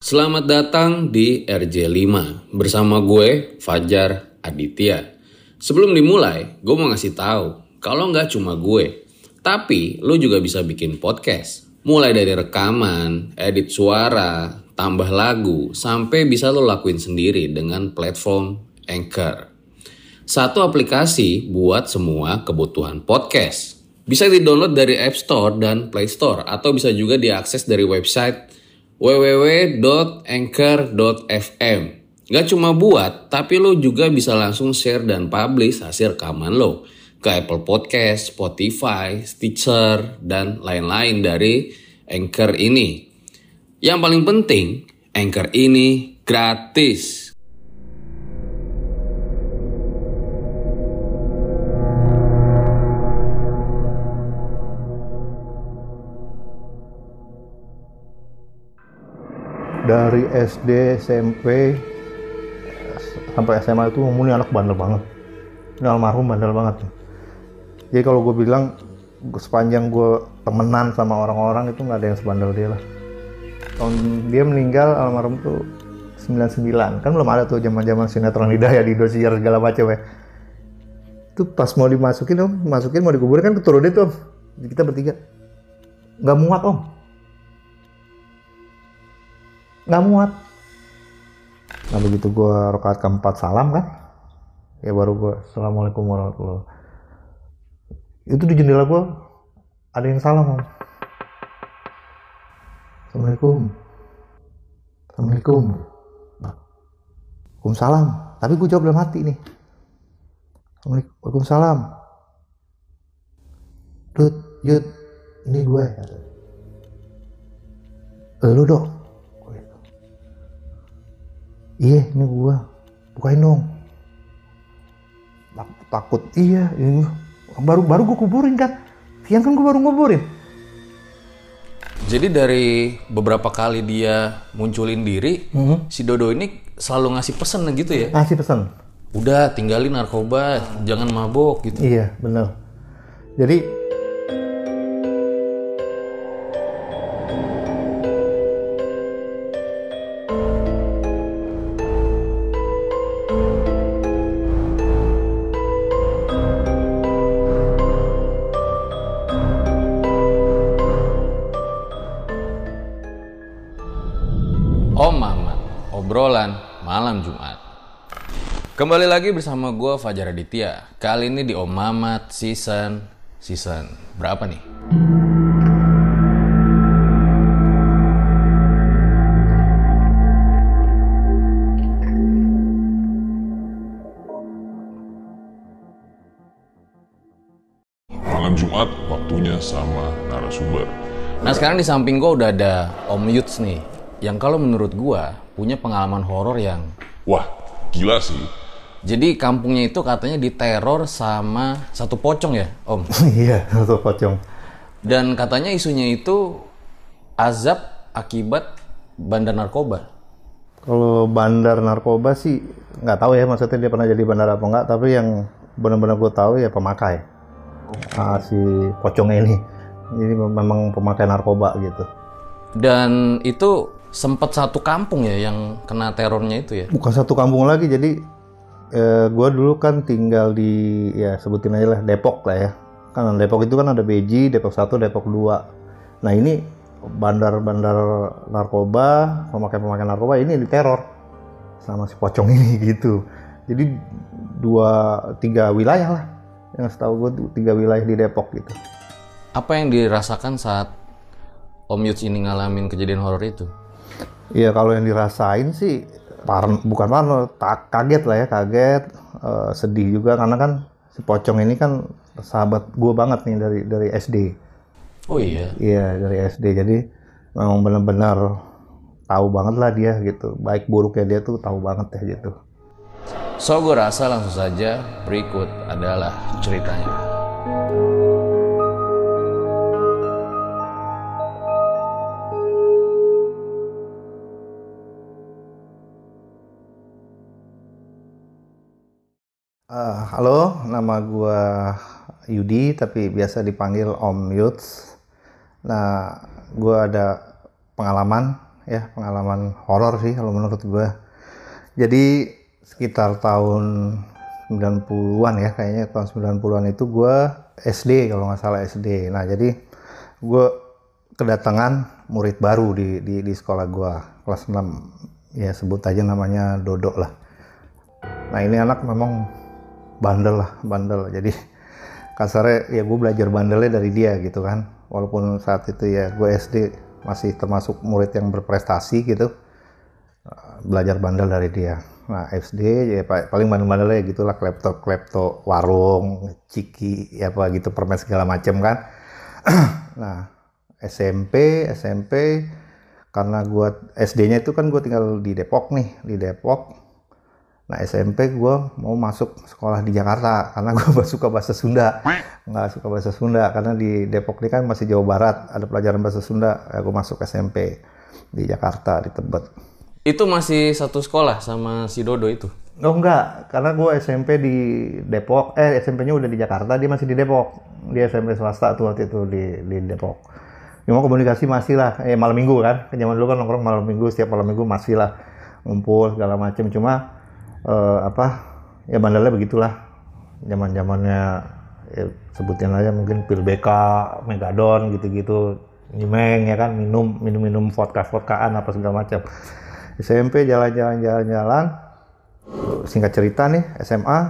Selamat datang di RJ5 bersama gue Fajar Aditya. Sebelum dimulai, gue mau ngasih tahu kalau nggak cuma gue, tapi lo juga bisa bikin podcast. Mulai dari rekaman, edit suara, tambah lagu, sampai bisa lo lakuin sendiri dengan platform Anchor. Satu aplikasi buat semua kebutuhan podcast. Bisa di-download dari App Store dan Play Store atau bisa juga diakses dari website www.anchor.fm. Gak cuma buat, tapi lo juga bisa langsung share dan publish hasil rekaman lo ke Apple Podcast, Spotify, Stitcher, dan lain-lain dari Anchor ini. Yang paling penting, Anchor ini gratis. Dari SD, SMP, sampai SMA itu ini anak bandel banget. Ini almarhum bandel banget. Jadi kalau gue bilang, sepanjang gue temenan sama orang-orang itu nggak ada yang sebandel dia lah. Dia meninggal almarhum tuh 99. Kan belum ada tuh zaman-zaman sinetron Hidayah di Indosiar segala macam ya. Itu pas mau dimasukin mau dikuburin kan keturunin tuh. Kita bertiga. Nggak muat om. Nggak muat. Nah begitu gue rakaat keempat salam kan, ya baru gue assalamualaikum warahmatullahi wabarakatuh. Itu di jendela gue ada yang salam om. Assalamualaikum. Waalaikumsalam. Tapi gue jawab dalam hati nih. Waalaikumsalam. Yud, ini gue. Lu dok. Iya, ini gua. Bukain dong. Takut. Iya, ini baru gua kuburin kan. Siang kan gua baru nguburin. Jadi dari beberapa kali dia munculin diri, si Dodo ini selalu ngasih pesan gitu ya? Ngasih pesan. Udah, tinggalin narkoba, jangan mabok gitu. Iya, bener. Jadi Om Mamat, obrolan malam Jumat. Kembali lagi bersama gue Fajar Aditya. Kali ini di Om Mamat season berapa nih? Malam Jumat waktunya sama narasumber. Nah sekarang di samping gue udah ada Om Yuts nih, yang kalau menurut gue punya pengalaman horor yang Wah, gila sih. jadi kampungnya itu katanya diteror sama satu pocong ya, Om? iya, satu pocong. Dan katanya isunya itu azab akibat bandar narkoba. Kalau bandar narkoba sih nggak tahu ya, maksudnya dia pernah jadi bandar apa enggak, tapi yang benar-benar gue tahu ya pemakai. Si pocongnya ini. Ini memang pemakai narkoba gitu. Dan itu sempat satu kampung ya yang kena terornya itu ya? Bukan satu kampung lagi, jadi gue dulu kan tinggal di, ya sebutin aja lah, Depok lah ya. Kan Depok itu kan ada Beji, Depok 1, Depok 2. Nah ini bandar-bandar narkoba, pemakai narkoba ini diteror sama si pocong ini gitu. Jadi 3 wilayah lah, yang setahu gue 3 wilayah di Depok gitu. Apa yang dirasakan saat Om Yuts ini ngalamin kejadian horor itu? Iya kalau yang dirasain sih bukan parno, kaget lah ya, sedih juga karena kan si pocong ini kan sahabat gue banget nih dari SD. Oh iya? Iya dari SD, jadi memang benar-benar tahu banget lah dia gitu, baik buruknya dia tuh tahu banget ya gitu. So gue rasa langsung saja berikut adalah ceritanya. Halo, nama gue Yudi, tapi biasa dipanggil Om Yuts. Nah, gue ada pengalaman ya, pengalaman horor sih kalau menurut gue. Jadi sekitar tahun 90-an ya, kayaknya tahun 90-an itu gue SD kalau nggak salah SD. Nah jadi gue kedatangan murid baru di sekolah gue, kelas 6. Ya sebut aja namanya Dodo lah. Nah ini anak memang bandel lah, bandel. Jadi kasarnya ya gue belajar bandelnya dari dia gitu kan. Walaupun saat itu ya gue SD masih termasuk murid yang berprestasi gitu. Belajar bandel dari dia. Nah SD ya paling bandel-bandelnya gitulah, klepto warung, ciki, ya apa gitu, permen segala macem kan. Nah SMP karena gue SD-nya itu kan gue tinggal di Depok nih, di Depok. Nah SMP gue mau masuk sekolah di Jakarta karena gue gak suka bahasa Sunda, karena di Depok ini kan masih Jawa Barat, ada pelajaran bahasa Sunda. Ya, gue masuk SMP di Jakarta, di Tebet. Itu masih satu sekolah sama si Dodo itu? Oh enggak, karena gue SMP di Depok, SMP-nya udah di Jakarta, dia masih di Depok. Dia SMP swasta tuh waktu itu di Depok. Cuma komunikasi masih lah, malam minggu kan, zaman dulu kan nongkrong malam minggu, setiap malam minggu masih lah ngumpul segala macem. Cuma ya bandelnya begitulah, zaman-zamannya ya, sebutin aja mungkin pil BK, Megadon gitu-gitu, nyimeng ya kan, minum vodka-vodkaan apa segala macam. SMP jalan-jalan, singkat cerita nih SMA,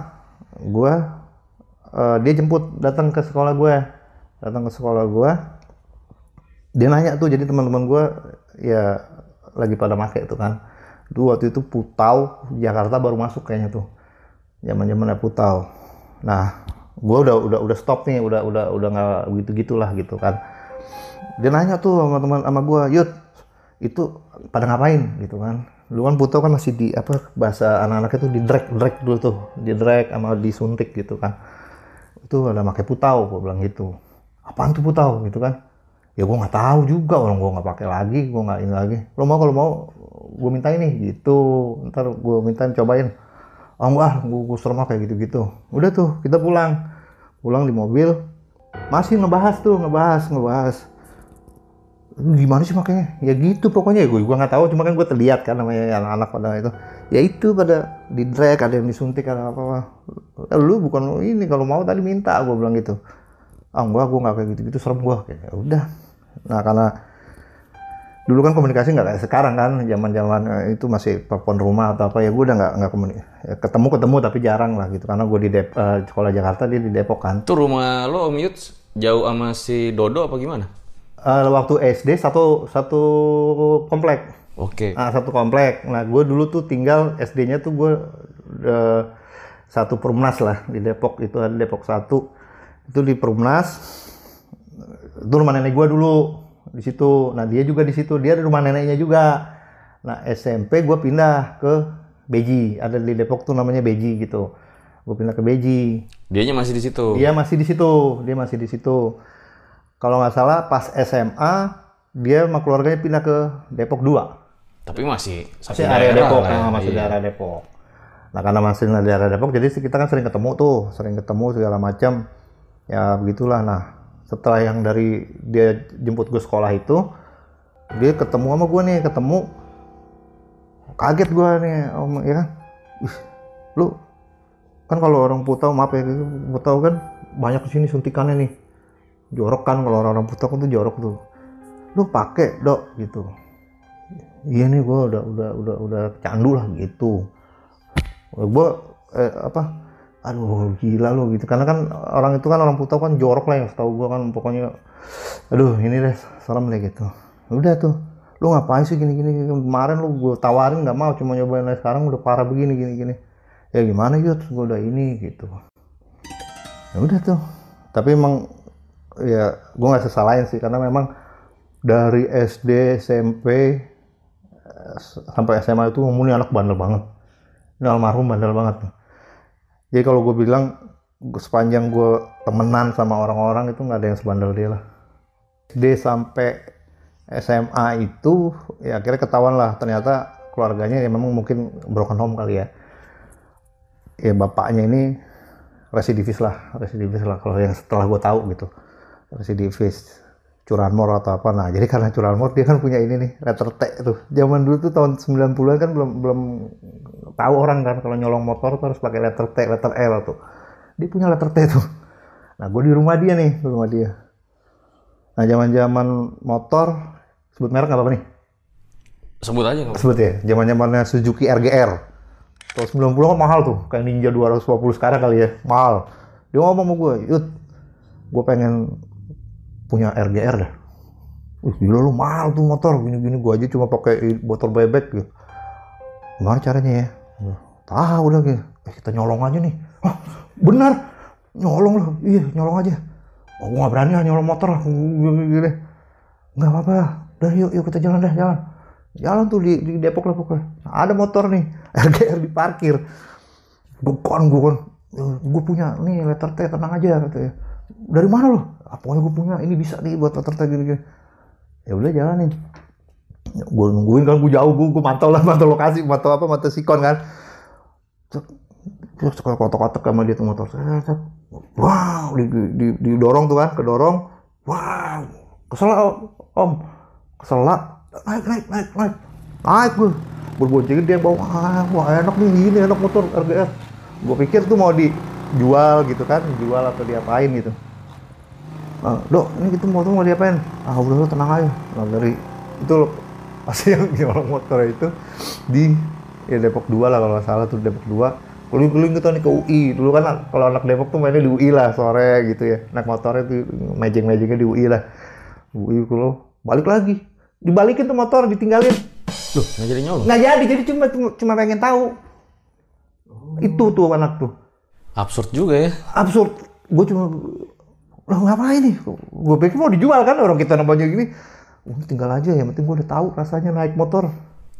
dia datang ke sekolah gue, dia nanya tuh, jadi teman-teman gue ya lagi pada make itu kan. Waktu itu Putau Jakarta baru masuk kayaknya tuh, zaman-zamannya Putau. Nah gue udah stop nih, udah nggak gitu-gitulah gitu kan. Dia nanya tuh sama gue, Yud itu pada ngapain gitu kan. Dulu kan Putau kan masih di bahasa anak-anaknya tuh di drag dulu tuh, di drag sama disuntik gitu kan. Itu ada pakai Putau, gue bilang gitu. Apaan tuh Putau gitu kan. Ya gue nggak tahu juga, orang gue nggak pakai lagi, gue nggak ini lagi. Kalau mau gue minta ini gitu, ntar gue mintain cobain. Gue serem kayak gitu. Udah tuh kita pulang di mobil, masih ngebahas. Gimana sih makanya? Ya gitu pokoknya, gue nggak tahu, cuma kan gue terlihat kan namanya anak-anak pada itu. Ya itu pada di drag, ada yang disuntik, ada apa. Lu bukan ini, kalau mau tadi minta, gue bilang gitu. Gue nggak kayak gitu, serem gue. Kayak udah. Nah karena dulu kan komunikasi nggak kayak sekarang kan, zaman itu masih telepon rumah atau apa, ya gue udah nggak komunikasi, ketemu tapi jarang lah gitu, karena gue di sekolah Jakarta, dia di Depok kan. Itu rumah lo Om Yuts jauh sama si Dodo apa gimana? Waktu SD satu komplek. Oke. Nah, satu komplek. Nah gue dulu tuh tinggal SD-nya tuh gue satu Perumnas lah di Depok, itu ada Depok 1 itu di Perumnas. Itu rumah nenek gue dulu di situ. Nah dia juga di situ, dia ada rumah neneknya juga. Nah SMP gue pindah ke Beji, ada di Depok tuh namanya Beji gitu. Gue pindah ke Beji. Dianya masih di situ. Dia masih di situ. Kalau nggak salah pas SMA dia sama keluarganya pindah ke Depok 2. Tapi masih area Depok, masih daerah Depok. Nah karena masih di daerah Depok, jadi kita kan sering ketemu segala macam. Ya begitulah. Nah setelah yang dari dia jemput gue sekolah itu, dia ketemu sama gue nih, kaget gue nih, Om, ya kan, lu kan kalau orang Putau, maaf ya, Putau kan banyak di sini suntikannya nih, jorok kan, kalau orang Putau kan tuh jorok tuh, lu pakai Dok gitu. Iya nih, gue udah candu lah gitu. Gue aduh gila lo gitu, karena kan orang itu kan, orang Putau kan jorok lah, yang setahu gue kan, pokoknya aduh ini deh serem deh gitu. Udah tuh, lu ngapain sih gini kemarin lu gue tawarin nggak mau, cuma nyobain, sekarang udah parah begini gini. Ya gimana Yud, gue udah ini gitu. Ya udah tuh, tapi emang ya gue nggak sesalahin sih, karena memang dari SD SMP sampai SMA itu umumnya anak bandel banget. Ini almarhum bandel banget tuh. Jadi kalau gue bilang, sepanjang gue temenan sama orang-orang itu nggak ada yang sebandel dia lah. SD sampai SMA itu ya akhirnya ketahuan lah, ternyata keluarganya ya memang mungkin broken home kali ya. Ya bapaknya ini residivis lah kalau yang setelah gue tahu gitu, residivis. curanmor atau apa. Nah, jadi karena curanmor dia kan punya ini nih, letter T tuh. Zaman dulu tuh tahun 90-an kan belum tahu orang kan kalau nyolong motor tuh harus pakai letter T, letter L tuh. Dia punya letter T tuh. Nah, gue di rumah dia nih, di rumah dia. Nah, zaman-zaman motor, sebut merek nggak apa-apa nih? Sebut aja nggak? Sebut ya, zaman-zamannya Suzuki RGR. Tahun 90 kan mahal tuh, kayak Ninja 250 sekarang kali ya, mahal. Dia ngomong sama gue, Yud, gue pengen punya RGR dah. Gila lu, mahal tuh motor, gini-gini gue aja cuma pakai motor bebek gitu. Gimana caranya ya? Tahu udah gitu. Kita nyolong aja nih. Hah, benar, nyolong loh, iya nyolong aja. Oh, gue nggak berani lah nyolong motor lah, gini. Nggak apa-apa, udah yuk kita jalan dah, jalan tuh di Depok lah pokoknya. Nah, ada motor nih, RGR diparkir. Gue punya nih letter T, tenang aja katanya. Dari mana lo? Pokoknya gue punya, ini bisa nih buat letter T gini-gini. Ya udah jalanin. Gue nungguin kan, gue jauh, gue mantau lokasi, mantau sikon kan. Terus kotak-kotak sama dia tuh motor. Wow, didorong tuh kan, kedorong. Wow, kesel om, kesel. Naik gue berboncengin dia bawa. Wah enak nih, ini enak motor RGR. Gue pikir tuh mau dijual gitu kan, dijual atau diapain gitu. Dok, ini gitu motor mau diapain? Udah tenang aja. Nah, dari itu loh, pasti yang nyolong motor itu di Depok 2 lah kalau nggak salah tuh, Depok 2. Keliling-keliling gitu nih ke UI. Dulu kan kalau anak Depok tuh mainnya di UI lah sore gitu ya. Naik motornya tuh mejeng-mejengnya di UI lah. UI kalau balik lagi, dibalikin tuh motor, ditinggalin. Loh, nggak jadi nyolong? Nggak jadi cuma pengen tahu. Itu tuh anak tuh. Absurd juga ya. Absurd. Gue cuma, lah ngapain nih? Gue pikir mau dijual kan, orang kita namanya gini. Tinggal aja, yang penting gue udah tahu rasanya naik motor.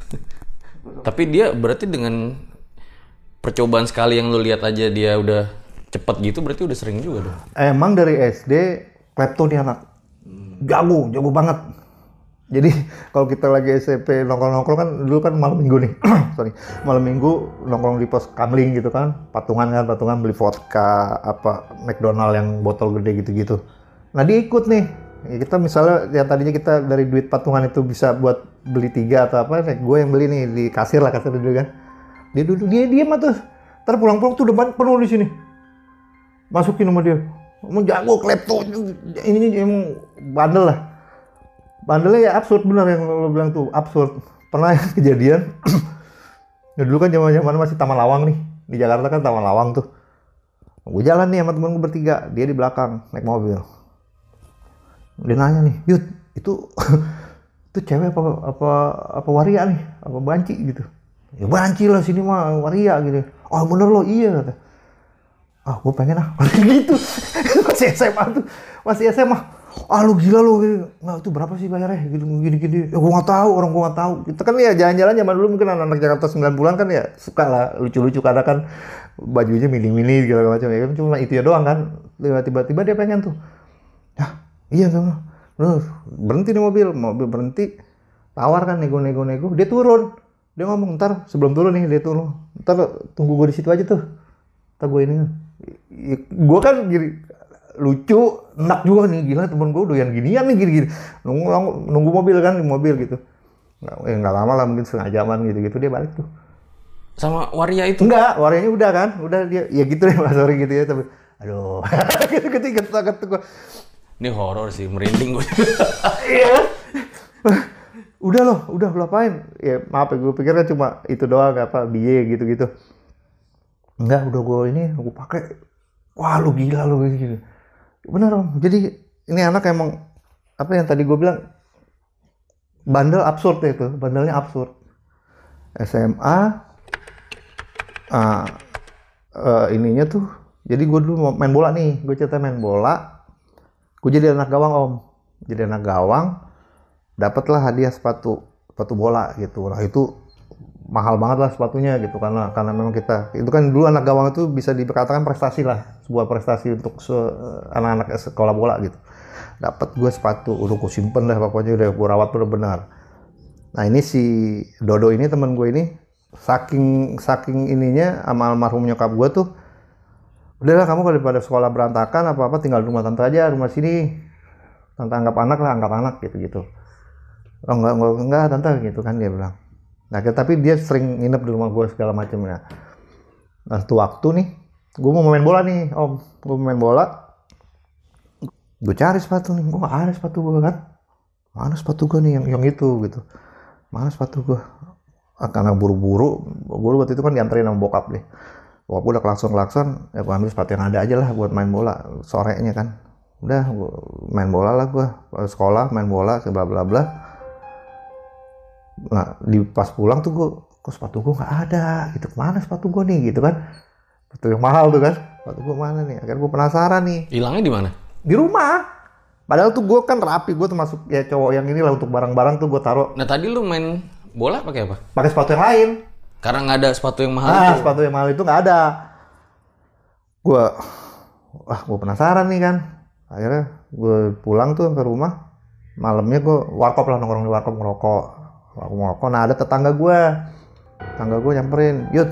Tapi dia berarti dengan percobaan sekali yang lu lihat aja dia udah cepet gitu, berarti udah sering juga dong. Emang dari SD klepto nih anak. Jago banget. Jadi kalau kita lagi SMP nongkrong kan dulu kan malam minggu nih. Sorry. Malam minggu nongkrong di pos kamling gitu kan. Patungan beli vodka, McDonald yang botol gede gitu-gitu. Nah, dia ikut nih. Ya, kita misalnya yang tadinya kita dari duit patungan itu bisa buat beli 3 atau apa, gue yang beli nih di kasir dulu kan. Dia duduk, dia diam tuh. Ntar pulang-pulang tuh depan penuh di sini. Masukin sama dia. Mau jago klepto. Ini emang bandel lah. Bandelnya ya absurd, bener yang lo bilang tuh, absurd. Pernah kejadian. Ya dulu kan zaman-zaman masih Taman Lawang nih. Di Jakarta kan Taman Lawang tuh. Gue jalan nih sama temen gue bertiga. Dia di belakang naik mobil. Dia nanya nih, Yud, itu cewek apa waria nih? Apa banci gitu? Ya banci lah, sini mah waria gitu. Oh bener lo, iya kata. Gue pengen gitu. Masih SMA. Lu gila lo, nggak itu berapa sih bayarnya? Gini. Ya gue nggak tahu, orang gue nggak tahu. Kita kan ya jalan-jalan zaman dulu mungkin anak Jakarta 90-an kan ya suka lah lucu-lucu, kadang kan bajunya mini-mini segala macam ya kan, cuma itu ya doang kan. Tiba-tiba dia pengen tuh. Iya sama. Berhenti di mobil berhenti. Tawar kan, nego. Dia turun. Dia ngomong, ntar sebelum turun nih dia turun. Ntar tunggu gue di situ aja tuh. Ntar gue ini. Gue kan gini, lucu, enak juga nih, gila temen gue doyan ginian nih gini. Nunggu mobil kan, di mobil gitu. Nggak lama lah, mungkin setengah jaman gitu dia balik tuh. Sama waria itu? Enggak, warianya udah kan. Udah dia, ya gitu deh Mas, sorry gitu ya. Tapi, aduh, gitu inget gue. Ini horor sih, merinding gue. Iya. Udah ngapain? Ya maaf ya, gue pikirnya cuma itu doang, biye gitu. Enggak, udah gue pakai. Wah lu gila lu gitu. Bener om. Jadi ini anak emang apa yang tadi gue bilang, bandel absurd ya itu, bandelnya absurd. SMA, ininya tuh. Jadi gue dulu main bola nih, gue cerita main bola. Gue jadi anak gawang om, dapatlah hadiah sepatu bola gitu. Nah itu mahal banget lah sepatunya gitu, karena memang kita itu kan dulu anak gawang itu bisa dikatakan prestasi lah, sebuah prestasi untuk anak-anak sekolah bola gitu. Dapat gue sepatu, udah gue simpen lah pokoknya, udah gue rawat benar-benar. Nah ini si Dodo ini teman gue ini saking ininya sama almarhum nyokap gue tuh, udahlah kamu kalau daripada sekolah berantakan apa tinggal di rumah tante aja, rumah sini tante anggap anak gitu. Oh enggak tante gitu kan dia bilang. Nah tapi dia sering nginep di rumah gue segala macamnya. Nah satu waktu nih gue mau main bola nih om, gue mau main bola, gue cari sepatu nih, gue nggak ada sepatu gue kan, mana sepatu gue nih yang itu gitu, mana sepatu gue, karena buru-buru waktu itu kan dianterin sama bokap deh, bokap gue udah klakson, ya gue ambil sepatu yang ada aja lah buat main bola sorenya kan, udah gue main bola lah gue, sekolah main bola bla bla bla. Nah di pas pulang tuh gue, kok sepatu gue nggak ada, gitu mana sepatu gue nih gitu kan. Sepatu yang mahal tuh kan, sepatu gue mana nih? Akhirnya gue penasaran nih. Hilangnya di mana? Di rumah. Padahal tuh gue kan rapi, gue termasuk ya cowok yang inilah untuk barang-barang tuh gue taruh. Nah tadi lu main bola pakai apa? Pakai sepatu yang lain. Karena nggak ada sepatu yang mahal Nah, itu. sepatu yang mahal itu nggak ada. Gue penasaran nih kan. Akhirnya gue pulang tuh ke rumah. Malamnya gue warkop lah, nongkrong di warkop ngerokok. Nah ada tetangga gue nyamperin, Yud.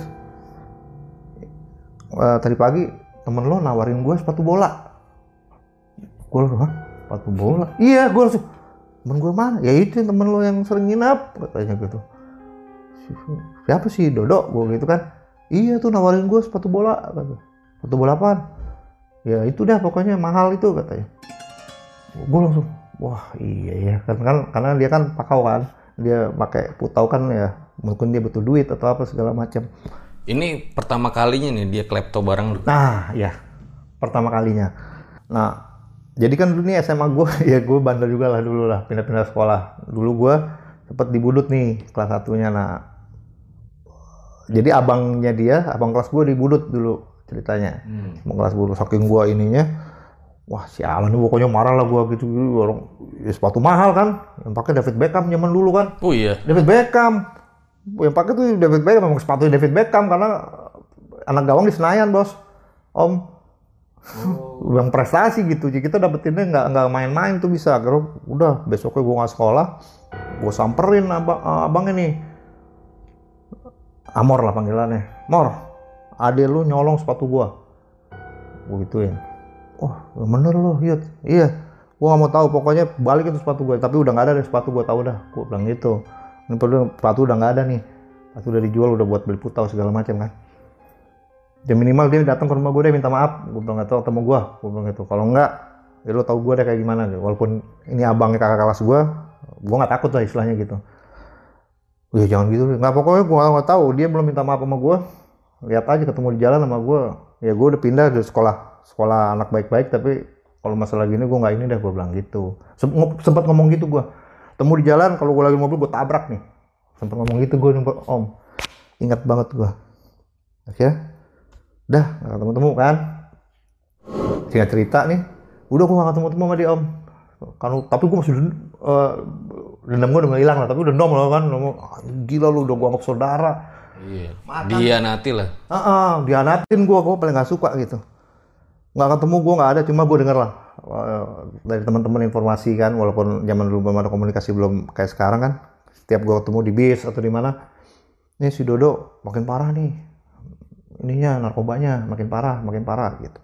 Tadi pagi temen lo nawarin gue sepatu bola. Gue langsung, hah? Sepatu bola? Iya, gue langsung, temen gue mana? Ya itu temen lo yang sering nginap, katanya gitu. Siapa sih? Dodo, gue gitu kan. Iya tuh nawarin gue sepatu bola, kata. Sepatu bola apaan? Ya itu dah pokoknya mahal itu, katanya. Gue langsung, wah iya ya, karena dia kan pakau kan. Dia pakai putau kan ya, mungkin dia butuh duit atau apa segala macam. Ini pertama kalinya nih dia klepto barang. Nah, ya. Pertama kalinya. Nah, jadi kan dulu nih SMA gue, ya gue bandel juga lah dulu lah, pindah-pindah sekolah. Dulu gue sempet di Budut nih, kelas 1-nya. Nah, jadi abang kelas gue di Budut dulu ceritanya. Abang kelas Budut, saking gue ininya, wah sialan nih pokoknya marah lah gue gitu. Orang ya, sepatu mahal kan, yang pakai David Beckham zaman dulu kan. Oh iya. David Beckham. Yang pakai tuh David Beckham, memang sepatu David Beckham karena anak gawang di Senayan bos, om. Yang prestasi gitu, jadi kita dapetinnya nggak main-main tuh bisa. Akhirnya udah besoknya gue nggak sekolah, gue samperin abangnya nih, Amor lah panggilannya, Mor, ade lu nyolong sepatu gue gituin. Oh bener lu, iya, gue nggak mau tahu, pokoknya balik itu sepatu gue. Tapi udah nggak ada deh sepatu gue, tahu dah, gue bilang gitu. Ini perlu sepatu udah nggak ada nih, sepatu udah dijual, udah buat beli putau segala macam kan. Ya minimal dia datang ke rumah gue deh minta maaf, gue bilang atau ketemu gue bilang gitu. Kalau enggak, ya lo tau gue deh kayak gimana. Walaupun ini abangnya kakak kelas gue nggak takut lah istilahnya gitu. Ya jangan gitu, nggak, pokoknya gue nggak tahu. Dia belum minta maaf sama gue, lihat aja ketemu di jalan sama gue. Ya gue udah pindah dari sekolah anak baik-baik, tapi kalau masalah gini gue nggak ini deh, gue bilang gitu. Sempat ngomong gitu gue. Temu di jalan, kalau gue lagi mobil gue tabrak nih. Sempet ngomong gitu gue, om. Ingat banget gue. Akhirnya, dah gak ketemu-temu kan. Singkat cerita nih, udah gue gak ketemu-temu sama dia om. Tapi gue masih dendam gue udah gak hilang lah. Tapi udah dendam lah kan. Gila lu, udah gue anggap saudara. Iya. Dianati lah. Dianatin gue paling gak suka gitu. Gak ketemu gue gak ada, cuma gue denger lah dari teman-teman informasi kan, walaupun zaman dulu belum ada komunikasi, belum kayak sekarang kan. Setiap gue ketemu di bis atau di mana, nih si Dodo makin parah nih, ininya narkobanya makin parah gitu.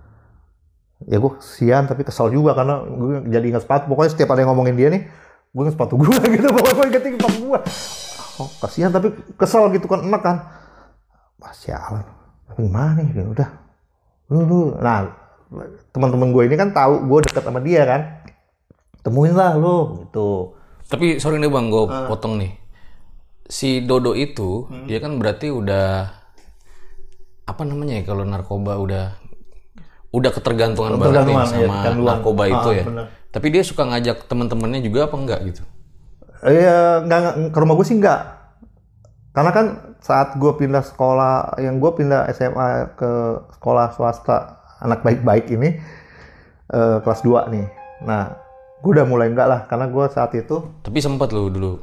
Ya gue kesian tapi kesal juga karena gue jadi ingat sepatu. Pokoknya setiap ada yang ngomongin dia nih, gue ingat sepatu gue gitu. Pokoknya gue inget sepatu gue. Oh kasihan tapi kesal gitu kan, enak kan. Wah sialan, tapi gimana nih? Ya udah. Lu. Nah teman-teman gue ini kan tahu gue dekat sama dia kan, temuin lah lu gitu. Tapi sorry nih bang, gue potong nih. Si Dodo itu dia kan berarti udah apa namanya ya, kalau narkoba udah ketergantungan banget nih sama ya, narkoba itu ya. Bener. Tapi dia suka ngajak teman-temannya juga apa enggak gitu? Enggak, ke rumah gue sih enggak. Karena kan saat gue pindah sekolah, yang gue pindah SMA ke sekolah swasta anak baik-baik ini, kelas 2 nih. Nah, gue udah mulai enggak lah, karena gue saat itu. Tapi sempat lu dulu.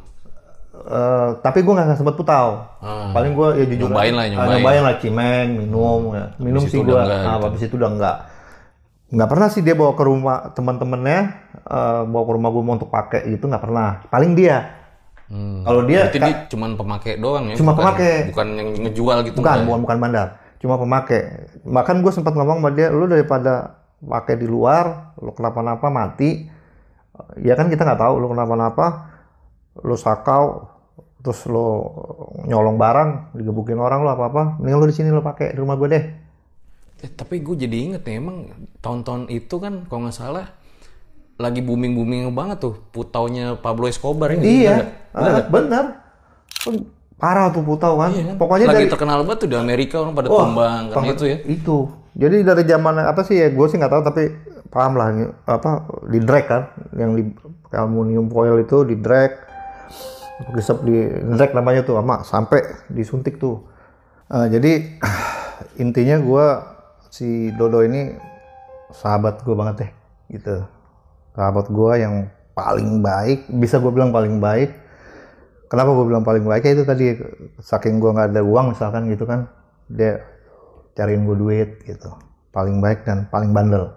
Tapi gue nggak sempet putau. Paling gue ya jujur nyobain lah cimeng, minum ya. Minum sih gue. Habis itu udah nggak pernah sih dia bawa ke rumah teman-temannya, bawa ke rumah gue untuk pakai gitu, nggak pernah. Paling dia. Kalau dia berarti dia cuma pemakai doang ya? Cuma pemakai. Bukan yang ngejual gitu. Bukan bandar. Cuma pemakai. Bahkan gue sempat ngomong sama dia, lu daripada pakai di luar, lu kenapa-napa mati, Ya kan kita nggak tahu lu kenapa-napa, lu sakau, terus lu nyolong barang, digebukin orang lu apa-apa, mending lu di sini lu pakai di rumah gue deh. Tapi gue jadi inget nih, emang tahun-tahun itu kan kalau nggak salah lagi booming banget tuh putaunya Pablo Escobar ini. Iya, benar. Parah tuh putau kan. Iya, kan? Pokoknya lagi dari terkenal banget tuh di Amerika, orang pada tumbang kan itu ya. Itu. Jadi dari zaman apa sih ya, gue sih nggak tahu tapi paham lah apa di drag kan, yang di aluminium foil itu di drag, disep di drag namanya tuh, sama sampai disuntik tuh. Jadi intinya gue si Dodo ini sahabat gue banget deh, gitu. Sahabat gue yang paling baik, bisa gue bilang paling baik. Kenapa gue bilang paling baik? Ya itu tadi, saking gue nggak ada uang misalkan gitu kan, dia cariin gue duit gitu. Paling baik dan paling bandel.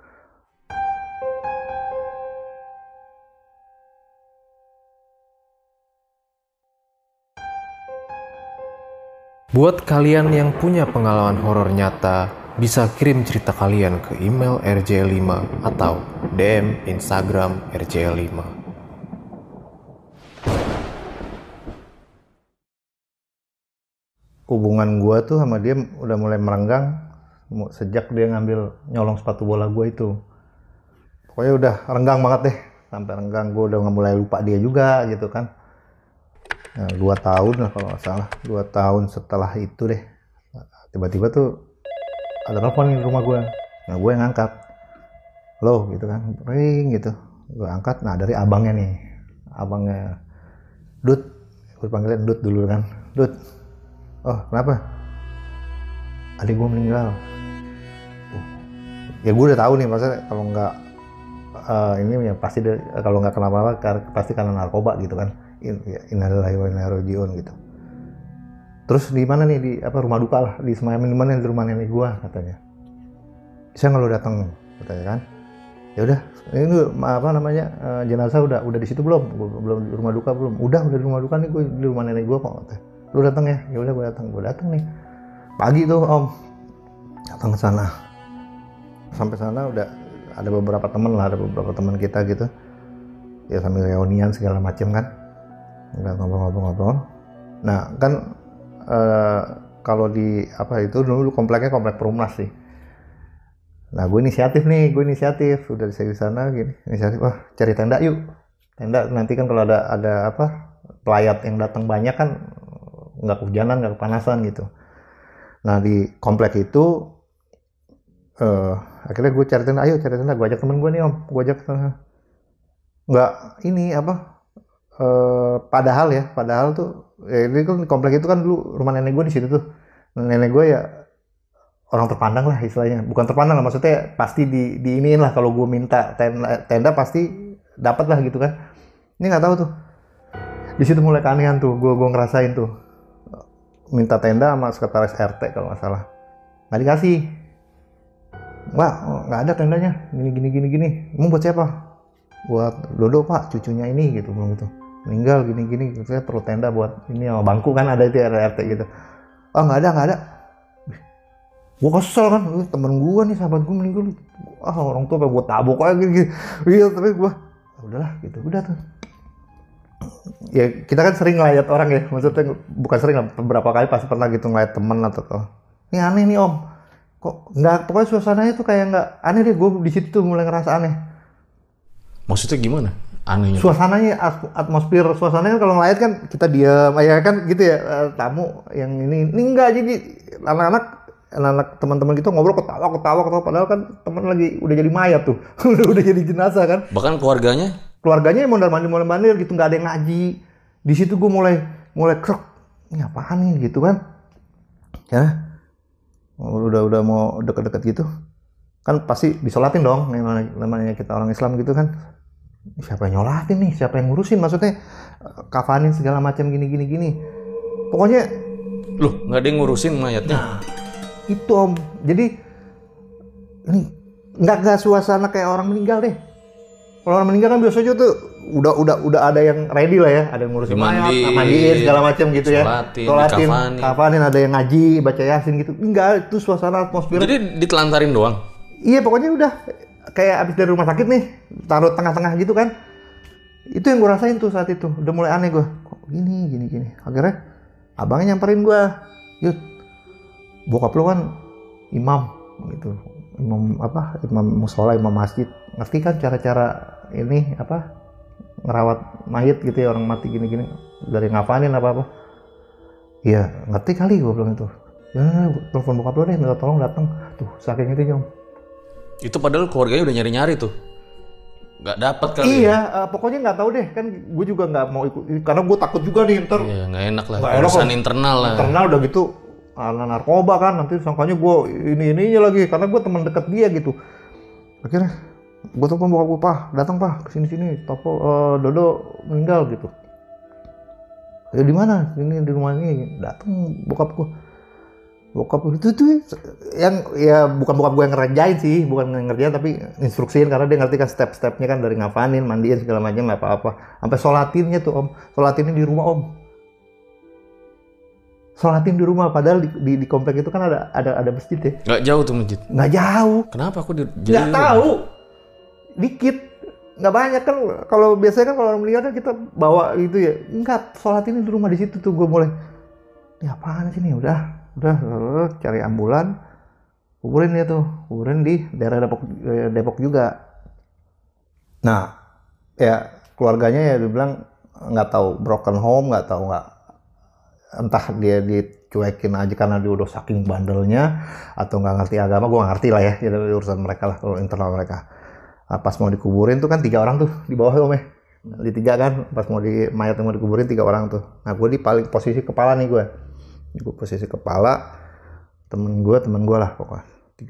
Buat kalian yang punya pengalaman horor nyata, bisa kirim cerita kalian ke email rj5 atau DM Instagram rj5. Hubungan gue tuh sama dia udah mulai merenggang sejak dia ngambil nyolong sepatu bola gue itu. Pokoknya udah renggang banget deh, sampai renggang gue udah mulai lupa dia juga gitu kan. Nah, 2 tahun lah kalau nggak salah, 2 tahun setelah itu deh, tiba-tiba tuh ada telepon di rumah gue. Nah gue yang ngangkat, lo gitu kan, ring gitu, gue angkat. Nah dari abangnya nih, abangnya Dut, gue panggilnya Dut dulu kan. Dut, oh kenapa? Adik gue meninggal. Ya gue udah tahu nih, maksudnya kalau nggak ini ya pasti kalau nggak kenapa-napa pasti karena narkoba gitu kan. Innalillahi wa inna ilaihi raji'un gitu. Terus di mana nih, di apa, rumah duka lah, di semayamin di mana, di rumah nenek gua katanya. Bisa nggak lo datang katanya kan? Ya udah, ini apa namanya, jenazah udah di situ belum? Belum di rumah duka belum? Udah di rumah duka nih, gue di rumah nenek gua kok. Katanya. Lu datang ya? Ya udah gue datang nih. Pagi tuh Om datang ke sana. Sampai sana udah ada beberapa teman kita gitu. Ya sambil reunian segala macam kan. Udah ngobrol-ngobrol. Nah kan kalau di apa itu dulu kompleknya komplek Perumnas sih. Nah gue inisiatif udah di sana gini, inisiatif, wah cari tenda yuk. Tenda nanti kan kalau ada apa pelayat yang datang banyak kan nggak kehujanan, nggak kepanasan gitu. Nah di komplek itu akhirnya gue cari tenda, gue ajak temen gue nih Om, nggak ini apa. Padahal tuh ini kan komplek itu kan dulu rumah nenek gue di situ tuh. Nenek gue ya orang terpandang lah istilahnya, bukan terpandang lah, maksudnya pasti diiniin lah, kalau gue minta tenda pasti dapat lah gitu kan. Ini nggak tahu tuh, di situ mulai keanehan tuh, gue ngerasain tuh, minta tenda sama sekretaris RT kalau nggak salah, nggak dikasih. Wah nggak ada tendanya, gini, emang buat siapa? Buat Dodo Pak, cucunya ini gitu, belum gitu. Meninggal gini, saya perlu tenda buat ini sama bangku kan, ada itu RT gitu. Oh nggak ada. Gue kesel kan, temen gue nih, sahabat gue meninggal. Orang tua gue tabok aja gitu. Iya, tapi gue udahlah gitu, udah tuh. Ya kita kan sering ngeliat orang ya, maksudnya bukan sering lah, beberapa kali pasti pernah gitu ngeliat temen atau ini aneh nih Om. Kok nggak, pokoknya suasananya tuh kayak nggak aneh deh, gue di situ tuh mulai ngerasa aneh. Maksudnya gimana? Anehnya? Suasananya, atmosfer suasananya kalau ngeliat kan kita diam, ya kan gitu ya, tamu yang ini enggak, jadi anak-anak teman-teman gitu ngobrol ketawa, padahal kan teman lagi udah jadi mayat tuh, udah jadi jenazah kan. Bahkan keluarganya mondar-mandir gitu, nggak ada yang ngaji. Di situ gue mulai krek, ini apaan nih gitu kan? Ya, udah mau deket-deket gitu, kan pasti disolatin dong, namanya kita orang Islam gitu kan. Siapa yang nyolatin nih? Siapa yang ngurusin? Maksudnya kafanin segala macam gini. Pokoknya loh, nggak ada yang ngurusin mayatnya. Nah, itu Om. Jadi ini nggak suasana kayak orang meninggal deh. Kalau orang meninggal kan biasanya tuh udah ada yang ready lah ya, ada yang ngurusin mayat, mandiin segala macam gitu ya. Sholatin, kafanin, ada yang ngaji, baca yasin gitu. Enggak, itu suasana atmosfer. Jadi ditelantarin doang. Iya, pokoknya udah kayak abis dari rumah sakit nih, taruh tengah-tengah gitu kan. Itu yang gue rasain tuh saat itu, udah mulai aneh gue. Kok gini. Akhirnya abangnya nyamperin gue, Yud, bokap lu kan imam gitu, imam musola, imam masjid, ngerti kan cara-cara ini ngerawat mayit gitu ya, orang mati gini-gini, dari ngapain apa-apa. Iya, ngerti kali gue bilang itu. Ya, telepon bokap lu deh, minta tolong datang. Tuh, saking itu Om. Itu padahal keluarganya udah nyari-nyari tuh. Nggak dapat kali. Iya, pokoknya nggak tahu deh, kan gue juga nggak mau ikut, karena gue takut juga nih ntar. Iya, nggak enak lah. Urusan internal lah. Internal udah gitu, narkoba kan, nanti sangkanya gue ininya lagi, karena gue teman dekat dia gitu. Akhirnya gue telepon bokap gue, Pak, datang Pak, kesini, Dodo meninggal gitu. Ya di mana? Ini di rumah ini. Datang bokap gue. Bokap itu tuh yang ya bukan bokap gue yang ngerjain sih, bukan ngerjain tapi instruksiin, karena dia ngerti kan step-stepnya kan, dari ngapain, mandiin segala macam apa-apa. Sampai sholatinnya tuh Om, sholatinnya di rumah Om. Sholatin di rumah, padahal di komplek itu kan ada masjid ya. Nggak jauh tuh masjid. Nggak jauh. Kenapa aku nggak tahu. Dikit. Nggak banyak kan, kalau biasanya kan kalau orang meninggal kan kita bawa gitu ya. Enggak, sholatin di rumah, di situ tuh gue mulai. Ini apaan sih nih, udah cari ambulan, kuburin di daerah Depok juga. Nah, ya keluarganya ya dibilang nggak tahu, broken home, nggak entah dia dicuekin aja karena dia udah saking bandelnya atau nggak ngerti agama, gue nggak ngerti lah ya, jadi urusan mereka lah, kalau internal mereka. Nah, pas mau dikuburin tuh kan 3 orang tuh di bawah Om ya, di 3 kan, pas mayat yang mau dikuburin 3 orang tuh. Nah, gue di paling posisi kepala nih gue posisi kepala, temen gue lah pokoknya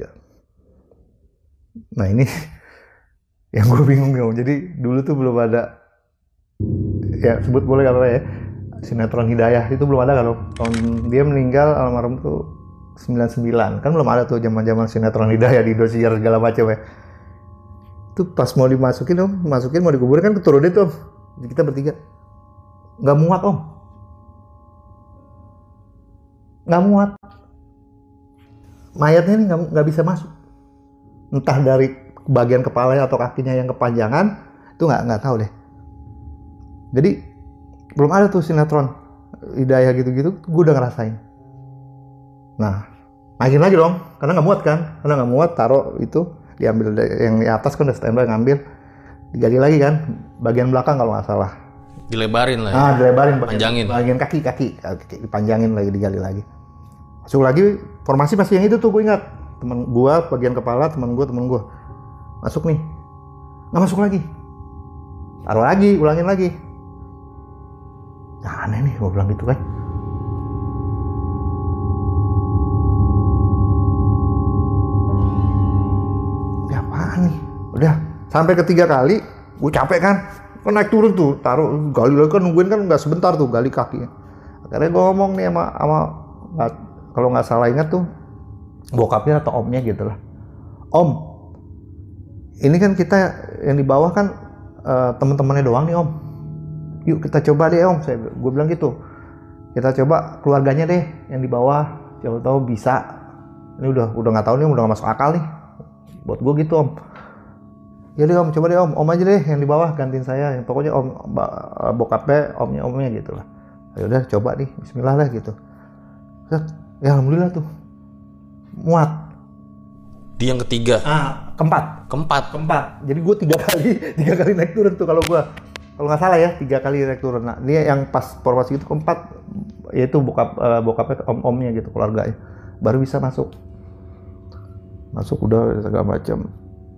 3. Nah ini yang gue bingung nih Om. Jadi dulu tuh belum ada, ya sebut boleh apa ya, sinetron Hidayah itu belum ada kan Om. Tahun dia meninggal almarhum tuh 99, kan belum ada tuh zaman sinetron Hidayah di Indosiar segala macam ya. Itu pas mau dimasukin Om, mau dikuburin kan keturun itu Om. Jadi kita bertiga nggak muat Om. Nggak muat, mayatnya ini nggak bisa masuk, entah dari bagian kepalanya atau kakinya yang kepanjangan, itu nggak tahu deh. Jadi belum ada tuh sinetron Hidayah gitu-gitu, gue udah ngerasain. Nah, naikin lagi dong, karena nggak muat, taruh itu, diambil yang di atas kan udah standby, ngambil, digali lagi kan, bagian belakang kalau nggak salah. Dilebarin lah ya. Dilebarin, panjangin. Bagian kaki dipanjangin lagi, digali lagi. Masuk lagi, formasi masih yang itu tuh, gue ingat. Temen gue bagian kepala, temen gue. Masuk nih. Nggak masuk lagi. Taruh lagi, ulangin lagi. Nah, aneh nih, gue bilang gitu kan. Ini apaan nih? Udah, sampai ketiga kali, gue capek kan. Kan naik turun tuh, taruh, gali lagi kan, nungguin kan nggak sebentar tuh, gali kakinya. Akhirnya gue ngomong nih sama kalau nggak salah ingat tuh, bokapnya atau omnya gitu lah. Om, ini kan kita yang di bawah kan teman-temannya doang nih Om. Yuk kita coba deh Om, gue bilang gitu. Kita coba keluarganya deh yang di bawah, siapa tahu bisa. Ini udah nggak tahu nih, udah nggak masuk akal nih. Buat gue gitu Om. Ya deh Om, coba deh Om aja deh yang di bawah gantiin saya. Pokoknya Om, bokapnya, omnya gitu lah. Ya udah coba nih, Bismillah lah gitu. Ya alhamdulillah tuh muat. Di yang ketiga. Keempat. Jadi gue 3 kali naik turun tuh kalau nggak salah ya, 3 kali naik turun. Nah dia yang pas formasi itu keempat, yaitu bokapnya, omnya gitu, keluarganya, baru bisa masuk udah segala macam.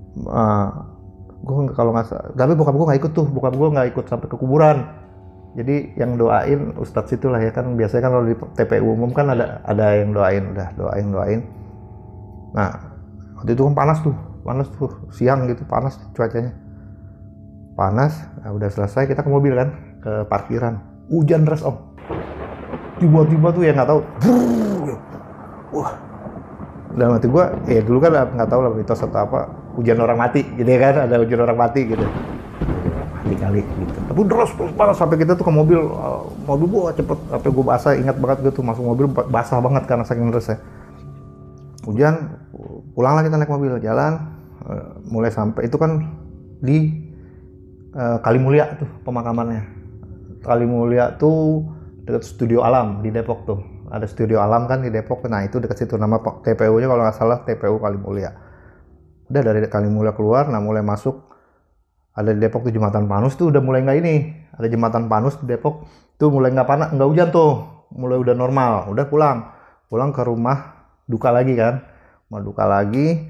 Gue kalau nggak salah, tapi bokap gue nggak ikut sampai ke kuburan. Jadi yang doain ustadz itulah ya kan, biasanya kan kalau di TPU umum kan ada yang doain, doain. Nah waktu itu kan panas tuh siang gitu, panas cuacanya, nah, udah selesai kita ke mobil kan, ke parkiran, hujan deras Om, tiba-tiba tuh ya nggak tahu, wah, dalam hati gue, dulu kan nggak tahu lah mitos atau apa, hujan orang mati gitu ya kan, ada hujan orang mati gitu. Kali gitu. Tapi terus panas sampai kita tuh ke mobil gua cepet, sampai gua basah, ingat banget gitu, masuk mobil basah banget karena saking derasnya. Hujan, pulang lagi kita naik mobil, jalan, mulai sampai itu kan di Kalimulia tuh pemakamannya. Kalimulia tuh dekat Studio Alam di Depok tuh. Ada Studio Alam kan di Depok. Nah itu dekat situ, nama TPU-nya kalau nggak salah TPU Kalimulia. Udah dari Kalimulia keluar, nah mulai masuk ada di Depok tuh Jembatan Panus tuh udah mulai nggak ini. Ada Jembatan Panus di Depok tuh mulai nggak panas, nggak hujan tuh, mulai udah normal. Udah pulang ke rumah duka lagi kan, mau duka lagi.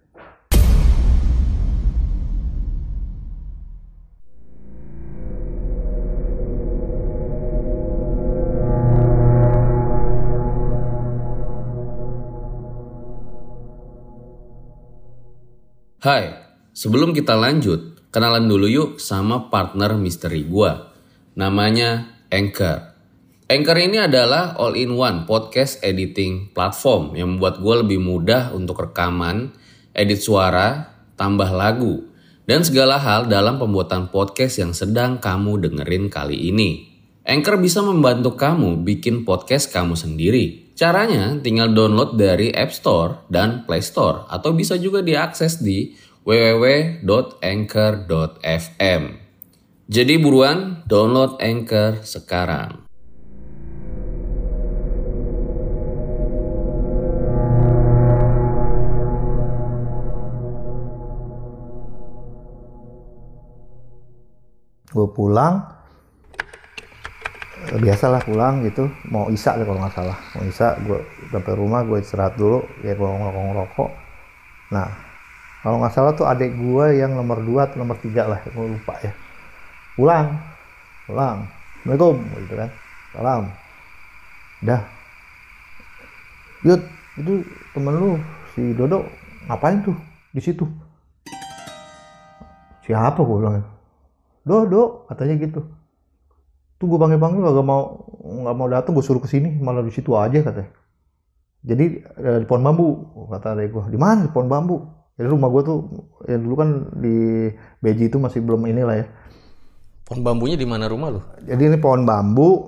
Hai, sebelum kita lanjut, kenalan dulu yuk sama partner misteri gua. Namanya Anchor. Anchor ini adalah all-in-one podcast editing platform yang membuat gua lebih mudah untuk rekaman, edit suara, tambah lagu, dan segala hal dalam pembuatan podcast yang sedang kamu dengerin kali ini. Anchor bisa membantu kamu bikin podcast kamu sendiri. Caranya tinggal download dari App Store dan Play Store atau bisa juga diakses di www.anchor.fm. Jadi buruan download Anchor sekarang. Gue pulang, biasalah pulang gitu, mau isya deh kalau nggak salah. Mau isya, gue sampai rumah, gue istirahat dulu, ya gue ngerokok. Nah, kalau nggak salah tuh adik gue yang nomor 2 atau nomor 3 lah, gue lupa ya. Pulang, Assalamualaikum, gitu kan, salam. Dah, Yud, itu temen lu, si Dodo, ngapain tuh di situ? Siapa gue bilang? Dodo, katanya gitu. Tuh gue panggil nggak mau datang, gue suruh kesini malah di situ aja katanya. Jadi di pohon bambu, kata adek gue. Di mana di pohon bambu? Jadi rumah gue tuh ya dulu kan di Beji itu masih belum inilah ya. Pohon bambunya di mana rumah lu? Jadi ini pohon bambu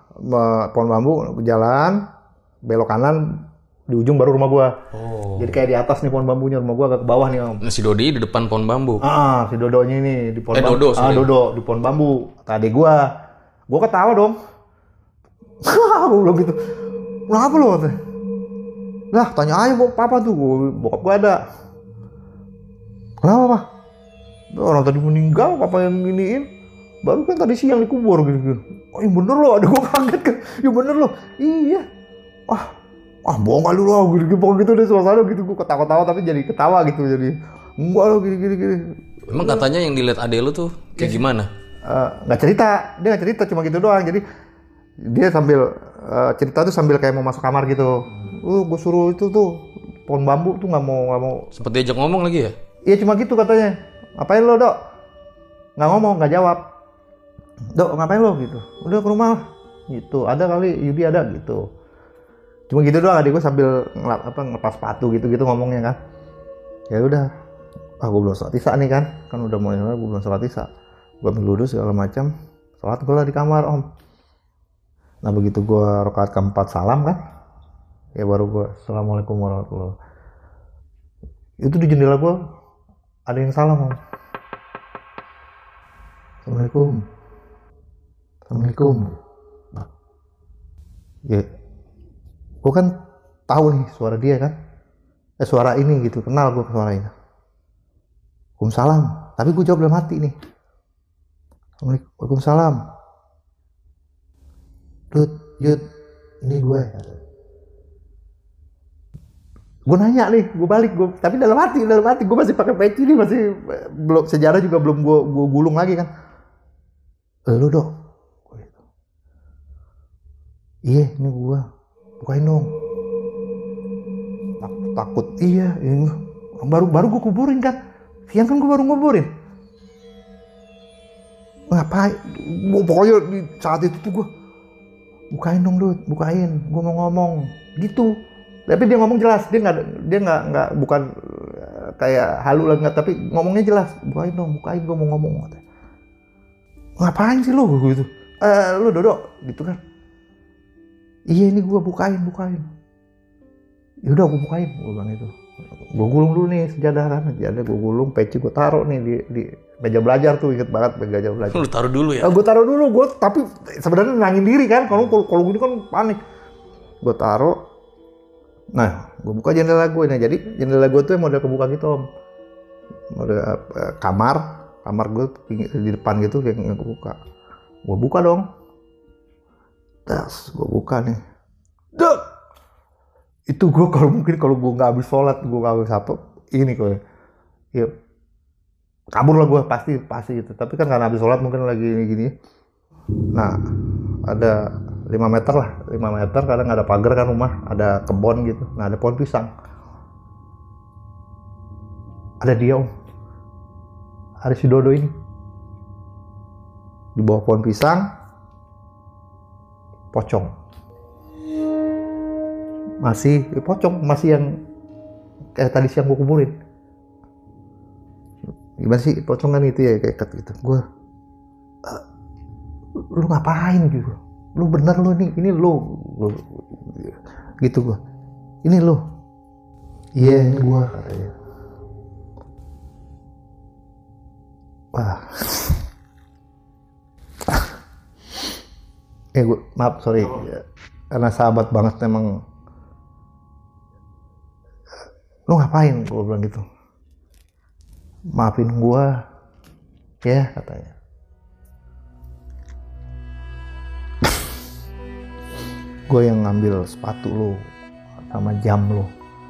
jalan belok kanan di ujung baru rumah gue. Oh. Jadi kayak di atas nih pohon bambunya, rumah gue agak ke bawah nih om. Si Dodi di depan pohon bambu. Si Dodonya ini di pohon bambu. Dodo di pohon bambu. Kata adek gue ketawa dong. Gue bilang gitu. Kenapa lo? Lah tanya aja papa tuh, bokap gue ada. Kenapa pak? Orang tadi meninggal, papa yang giniin. Baru kan tadi siang dikubur gitu. Oh yang bener lo, ada gue kaget kan. Ya bener lo, iya. Bohong kali lo, gitu deh suasana gitu. Gue ketawa-tawa tapi jadi ketawa gitu. Jadi enggak lo gini. Emang katanya yang dilihat adek lu tuh kayak gimana? Nggak cerita, dia nggak cerita, cuma gitu doang. Jadi dia sambil cerita tuh sambil kayak mau masuk kamar gitu. Gue suruh itu tuh pohon bambu tuh nggak mau. Sempet diajak ngomong lagi ya? Iya cuma gitu katanya. Ngapain lo Dok? Nggak ngomong, nggak jawab. Dok ngapain lo gitu? Udah ke rumah gitu. Ada kali Yudi ada gitu. Cuma gitu doang. Adik gue sambil ngelepas sepatu gitu ngomongnya kan. Ya udah. Gue belum sholat isya nih kan udah mulai gue belum sholat isya. Gue ambil wudhu segala macam, sholat gue lah di kamar om. Nah begitu gue rakaat keempat salam kan, ya baru gue assalamualaikum warahmatullahi. Itu di jendela gue ada yang salam om. Assalamualaikum. Ya, gue kan tahu nih suara dia kan, suara ini gitu, kenal gue suaranya. Waalaikumsalam, tapi gue jawab dalam hati nih. Waalaikumsalam. Yud, ini gue. Gue nanya nih, gue balik, tapi dalam hati gue masih pakai peci nih, masih belum sejarah juga belum gue gulung lagi kan. Lu Dok. Iya, ini gue. Bukain dong. Takut. Iya, ini baru gue kuburin kan. Siang kan gue baru nguburin. Ngapain? Pokoknya di saat itu tuh gue bukain dong Dut, bukain. Gue mau ngomong gitu. Tapi dia ngomong jelas, dia nggak bukan kayak halu lah nggak, tapi ngomongnya jelas. Bukain dong, bukain, gue mau ngomong. Ngapain sih lo gitu? Lo Dodo gitu kan? Iya ini gue bukain. Yaudah gue bukain, gue bilang itu. Gue gulung dulu nih sejadah kan, sejadah gue gulung, peci gue taruh nih di meja belajar tuh, inget banget meja belajar. Lu taruh dulu ya? Gue taruh dulu, gue tapi sebenarnya nenangin diri kan, kalau gini kan panik. Gue taruh, nah gue buka jendela gue, nah jadi jendela gue tuh model kebuka gitu om, model kamar gue di depan gitu yang kebuka. Gue buka dong, tes gue buka nih, dek. Itu gue kalau gue nggak habis sholat, gue nggak habis apa, ini kok ya kabur lah gue pasti gitu. Tapi kan karena habis sholat mungkin lagi gini. Nah ada 5 meter lah, 5 meter kadang ada pagar kan rumah, ada kebon gitu. Nah ada pohon pisang, ada dia om, ada si Dodo ini di bawah pohon pisang, pocong. Masih pocong, masih yang kayak tadi siang gue kumpulin. Gimana sih pocong kan itu ya, kayak gitu. Gue lu ngapain gitu, lu bener lu nih, ini lu gitu. Gue ini lu, iya gue wah gue maaf sorry karena sahabat banget emang. Lu ngapain? Gue bilang gitu. Maafin gue, ya katanya. Gue yang ngambil sepatu lu sama jam lu.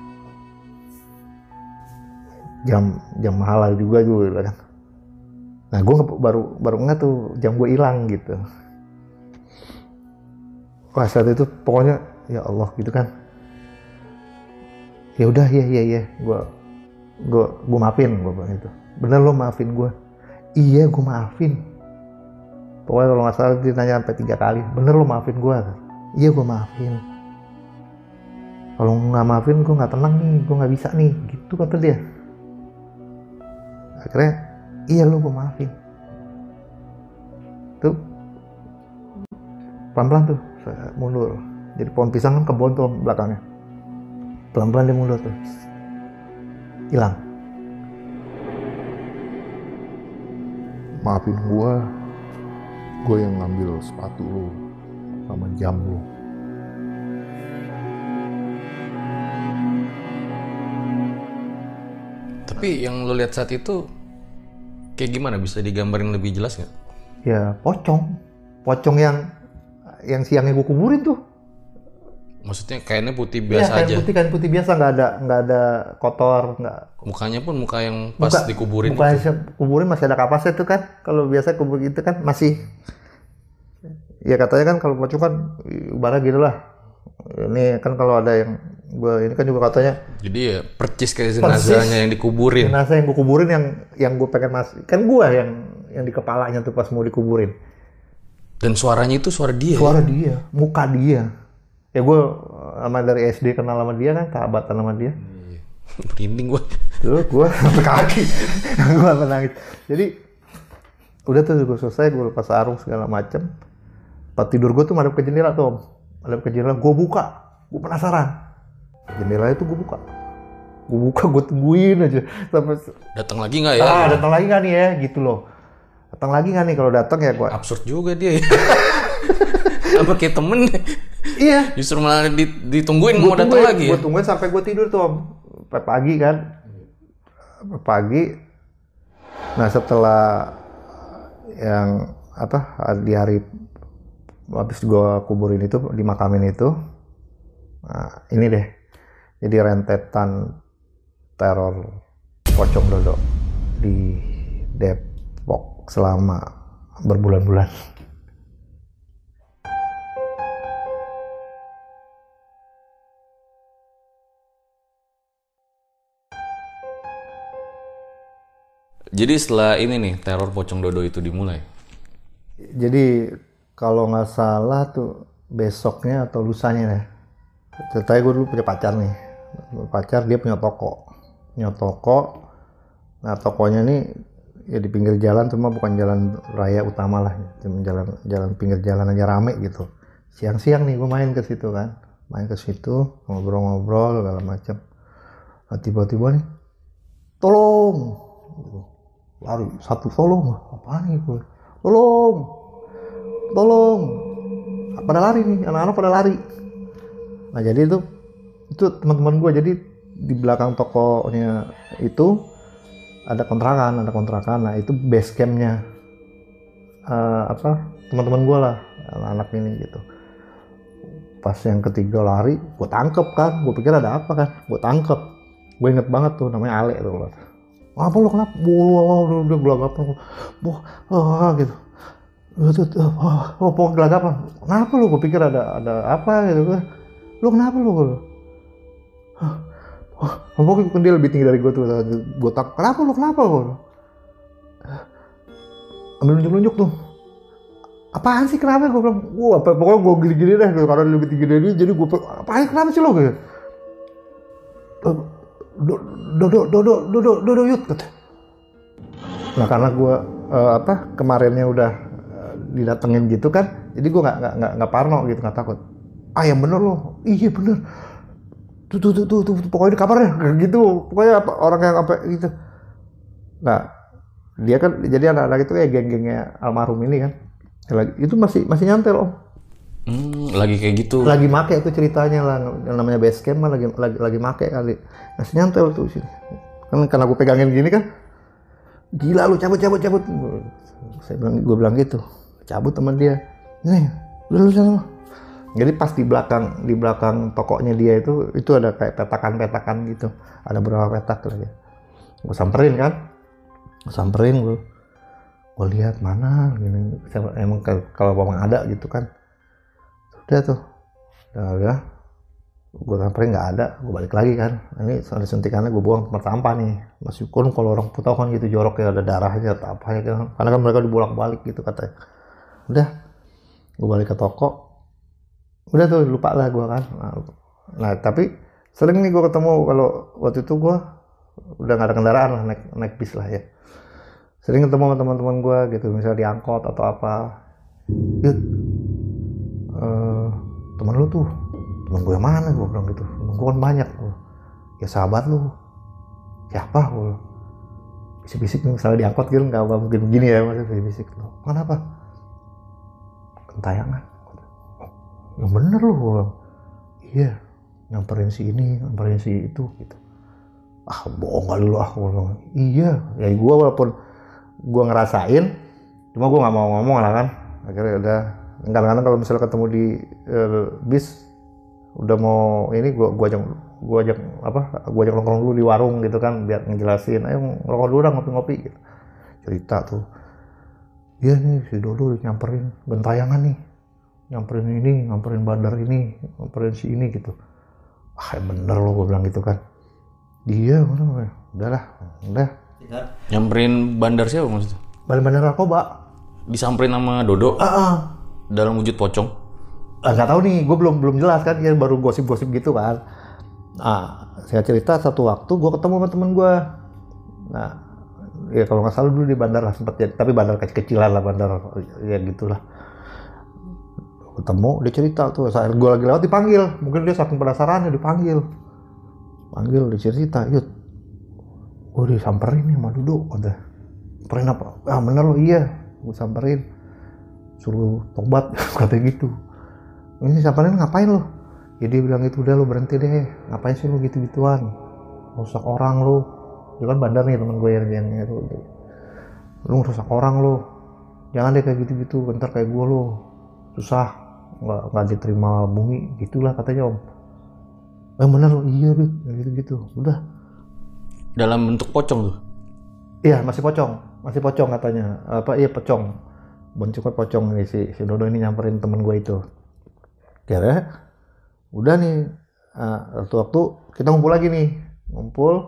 Jam halal juga kan. Nah gue baru nggak tuh jam gue hilang gitu. Wah saat itu pokoknya ya Allah gitu kan. Ya udah ya gue maafin, gue bilang itu. Bener lo maafin gue? Iya gue maafin. Pokoknya kalau nggak salah dia nanya sampai 3 kali. Bener lo maafin gue? Iya gue maafin. Kalau nggak maafin gue nggak tenang nih, gue nggak bisa nih, gitu kata dia. Akhirnya iya lo gue maafin. Tuh pelan-pelan tuh saya mundur. Jadi pohon pisang kan kebon tuh belakangnya. Pelan-pelan dia mundur tuh, hilang. Maafin gue yang ngambil sepatu lu sama jam lu. Tapi yang lo lihat saat itu kayak gimana, bisa digambarin lebih jelas nggak? Ya pocong yang siangnya gue kuburin tuh. Maksudnya kainnya putih biasa aja? Iya kain putih biasa, nggak ada kotor, nggak. Mukanya pun muka yang pas dikuburin. Muka kuburin masih ada kapasnya tuh kan. Kalau biasa kubur gitu kan masih. Ya katanya kan kalau pocong kan ibarat gitu lah. Ini kan kalau ada yang ini kan juga katanya. Jadi ya percis kayak jenazahnya yang dikuburin. Jenazah yang gue kuburin yang gue pengen kan gue yang di kepalanya tuh pas mau dikuburin. Dan suaranya itu suara dia. Suara dia, muka dia. Ya gue sama dari SD kenal sama dia kan, sahabatan sama dia. Merinding gue. Tuh gue sampai kaki, gue sampai nangis. Jadi udah tuh gue selesai, gue lepas sarung segala macem. Pas tidur gue tuh madep ke jendela tuh om. Madep ke jendela, gue buka, gue penasaran. Jendela itu gue buka, gue tungguin aja sampai. Datang lagi nggak ya? Datang lagi nggak nih ya, gitu loh. Datang lagi nggak nih, kalau datang ya gue. Absurd juga dia. Apa kayak temen? Iya. Justru malah ditungguin mau datang lagi. Gue tungguin sampai gue tidur tuh om. Sampai pagi kan. Pagi. Nah setelah yang di hari habis gue kuburin itu, dimakamin itu. Nah ini deh. Jadi rentetan teror pocong Dodo di Depok selama berbulan-bulan. Jadi setelah ini nih, teror pocong Dodo itu dimulai? Jadi kalau nggak salah tuh besoknya atau lusanya ya. Ceritanya gue dulu punya pacar nih. Pacar dia punya toko. Nah tokonya nih ya di pinggir jalan, cuma bukan jalan raya utama lah. Cuma jalan pinggir jalan aja rame gitu. Siang-siang nih gue main ke situ kan. main ke situ, ngobrol-ngobrol segala macam. Nah, tiba-tiba nih, tolong, lari satu, tolong, apaan nih gue, tolong, pada lari nih, anak-anak pada lari. Nah jadi itu teman-teman gue, jadi di belakang tokonya itu ada kontrakan. Nah itu base campnya teman-teman gue lah, anak-anak ini gitu. Pas yang ketiga lari, gue tangkep kan, gue pikir ada apa kan, gue tangkep. Gue inget banget tuh, namanya Ale tuh. Apa lo kenapa? Udah gelagapan, gitu. Pokoknya gelagapan. Kenapa lo? Gue pikir ada apa gitu. Lo kenapa lo? Pokoknya dia lebih tinggi dari gue tuh. Gue tak, kenapa lo? Ambil nunjuk-nunjuk tuh. Apaan sih, kenapa? Gue bilang, pokoknya gue gini-gini deh. Karena dia lebih tinggi dari dia, jadi gue, apaan, kenapa sih lo? Gitu. Dodo yut kata. Nah karena gue kemarinnya udah didatengin gitu kan, jadi gue nggak parno gitu, nggak takut. Yang bener lo, iya bener. Tuh pokoknya di kamarnya kayak gitu, pokoknya orang yang sampai gitu. Nah dia kan jadi anak-anak itu kayak geng-gengnya almarhum ini kan, itu masih nyantel om. Lagi kayak gitu. Lagi make itu ceritanya lah, yang namanya base camp mah lagi make kali. Masih nyantel tuh sini. Kan karena gue pegangin gini kan, gila lu, cabut. Gue bilang gitu, cabut teman dia. Nih, lu sana. Jadi pas di belakang tokonya dia itu ada kayak petakan gitu. Ada beberapa petak lagi. Gue samperin kan, gue lihat mana, gini. Emang kalau memang ada gitu kan. Udah tuh, gue samperin nggak ada, gue balik lagi kan. Ini ada suntikannya, gue buang tempat sampah nih. Masih kun kalau orang tahu kan gitu, jorok ya, ada darahnya atau apa gitu. Karena kan mereka dibolak-balik gitu katanya. Udah, gue balik ke toko. Udah tuh, lupa lah gue kan. Nah tapi sering nih gue ketemu, kalau waktu itu gue udah nggak ada kendaraan lah, naik bis lah ya. Sering ketemu sama teman-teman gue gitu, misalnya di angkot atau apa. Yud, teman lu tuh, teman gue yang mana? Gue bilang gitu. Teman gue kan banyak. Ya sahabat lu. Siapa? Gue bisik-bisik nih, misalnya di angkot gitu, nggak mungkin begini ya, maksudnya bisik-bisik. Kenapa? Kentayangan. Yang bener lu. Gue bilang, iya, nyamperin si ini, nyamperin si itu gitu. Bohong kali lu. Gue bilang, iya. Ya gue walaupun gue ngerasain, cuma gue nggak mau ngomong lah kan. Akhirnya udah. Kadang-kadang kalau misalnya ketemu di bis udah mau ini, gue ajak nongkrong dulu di warung gitu kan, biar ngejelasin, ayo ngerokok dulu dah, ngopi-ngopi gitu. Cerita tuh, iya nih si Dodo nyamperin Gentayangan nih, nyamperin ini, nyamperin bandar ini, nyamperin si ini gitu. Bener lo, gue bilang gitu kan. Dia mana? Udah. Nyamperin bandar siapa maksudnya? Bandar narkoba. Disamperin sama Dodo? Dalam wujud pocong? Nggak tahu nih, gue belum jelas kan, ya baru gosip-gosip gitu kan. Saya cerita satu waktu gue ketemu sama temen gue. Nah, ya kalau nggak salah dulu di bandar lah sempat ya, tapi bandar kecil-kecilan lah, bandar ya gitulah. Ketemu, dia cerita tuh, saat gue lagi lewat dipanggil, mungkin dia saking penasarannya dipanggil, dia cerita, Yud, gue disamperin nih sama Dodo, kata. Samperin apa? Bener lo, iya, gue samperin. Suruh tobat katanya gitu. Ini samperin ngapain lo? Ya dia bilang gitu, udah lo berhenti deh, ngapain sih lo gitu-gituan, rusak orang lo. Dia kan bandar nih temen gue yang itu. Lo rusak orang lo, jangan deh kayak gitu-gitu, bentar kayak gue lo susah, nggak diterima bumi gitulah katanya om. Bener lo, iya gitu-gitu. Udah. Dalam bentuk pocong tuh? Iya masih pocong katanya. Iya pocong. Bentuknya pocong nih si Dodo ini nyamperin temen gue itu. Kira udah nih, waktu kita ngumpul lagi nih, ngumpul,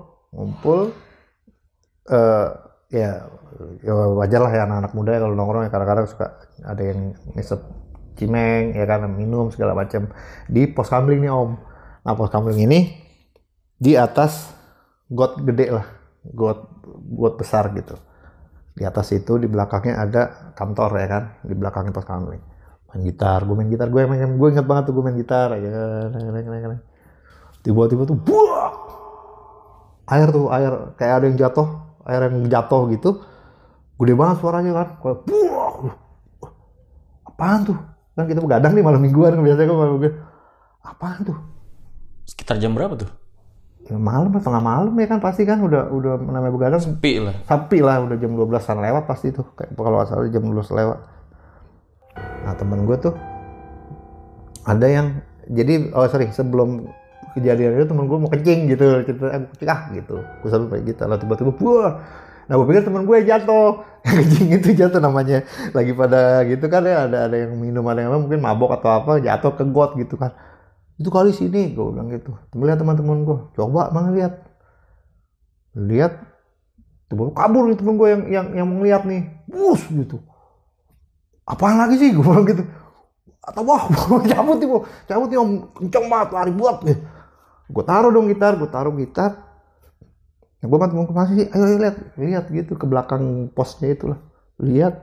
ya wajar lah ya anak-anak muda ya kalau nongkrong ya, kadang-kadang suka ada yang ngisep cimeng ya kan, minum segala macam di pos kamling nih om. Nah pos kamling ini di atas got gede lah, got besar gitu. Di atas itu di belakangnya ada kantor ya kan, di belakangnya pos kamling. main gitar, gue ingat banget tuh gue main gitar aja. Tiba-tiba tuh buah, air kayak ada yang jatuh, air yang jatuh gitu, gede banget suaranya kan, kayak buah, apaan tuh? Kan kita begadang nih malam mingguan, biasanya gue malam mingguan, apaan tuh? Sekitar jam berapa tuh? Ya malam, tengah malam ya kan pasti kan udah namanya begadang. Sepi lah, udah jam 12-an lewat pasti tuh, kayak kalau nggak salah jam 12 lewat. Nah temen gue tuh ada yang jadi sebelum kejadian itu temen gue mau kencing gitu, kita gitu, gue sampai kayak gitu, lah tiba-tiba buah. Nah gue pikir temen gue jatuh, yang kencing itu jatuh, namanya lagi pada gitu kan ya, ada yang minum, ada yang mungkin mabok atau apa, jatuh ke got gitu kan. Itu kali sini, gue bilang gitu. Melihat teman-teman gue, coba mana lihat, tuh kabur nih temen gue yang mau ngeliat nih, bus gitu. Apaan lagi sih, gue bilang gitu. Atau wah, cabut nih om, kenceng banget, lari buat nih. Gue taruh gitar. Yang gue kan temen gue masih, ayo lihat gitu ke belakang posnya itulah, lihat.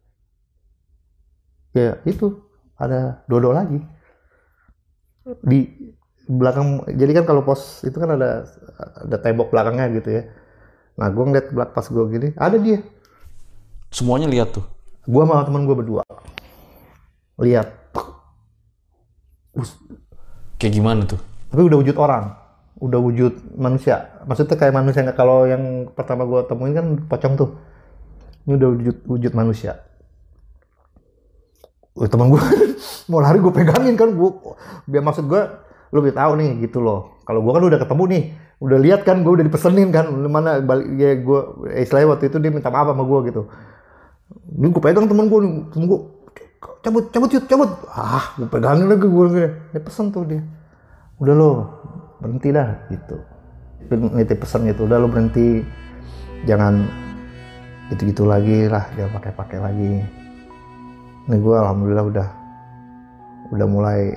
Ya itu ada Dodo lagi. Di belakang, jadi kan kalau pos itu kan ada tembok belakangnya gitu ya. Nah gue ngeliat belakang pas gue gini, ada dia. Semuanya lihat tuh? Gue sama temen gue berdua lihat. Kayak gimana tuh? Tapi udah wujud orang, udah wujud manusia. Maksudnya kayak manusia, nggak, kalau yang pertama gue temuin kan pocong tuh. Ini udah wujud manusia. Temen gue mau lari, gue pegangin kan, biar maksud gue lu biar tahu nih gitu loh. Kalau gue kan udah ketemu nih, udah lihat kan, gue udah dipesenin kan, mana balik ya gue istilahnya waktu itu dia minta maaf sama gue gitu. Ini gue pegang temen gue cabut. Gue pegangin lagi, gue ini pesen tuh dia. Udah lo berhenti dah gitu. Nitip pesan gitu, udah lo berhenti, jangan gitu-gitu lagi lah, jangan pakai lagi. Ini gue alhamdulillah udah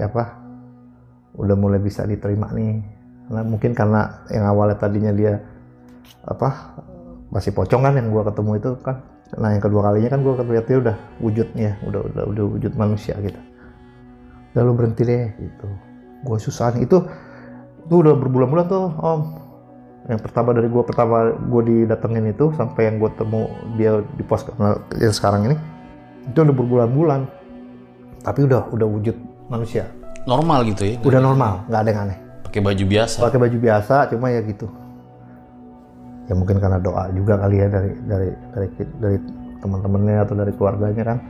mulai bisa diterima nih. Karena mungkin karena yang awalnya tadinya dia masih pocong kan, yang gue ketemu itu kan. Nah yang kedua kalinya kan gue lihat dia udah wujudnya, udah wujud manusia gitu. Udah lu berhenti deh gitu. Gue susahan itu udah berbulan-bulan tuh om. Yang pertama gue didatengin itu sampai yang gue temu dia di pos yang sekarang ini, itu udah berbulan-bulan. Tapi udah wujud manusia. Normal gitu ya? Udah normal, nggak ada yang aneh. Pakai baju biasa, cuma ya gitu. Ya mungkin karena doa juga kali ya dari teman-temannya atau dari keluarganya kan.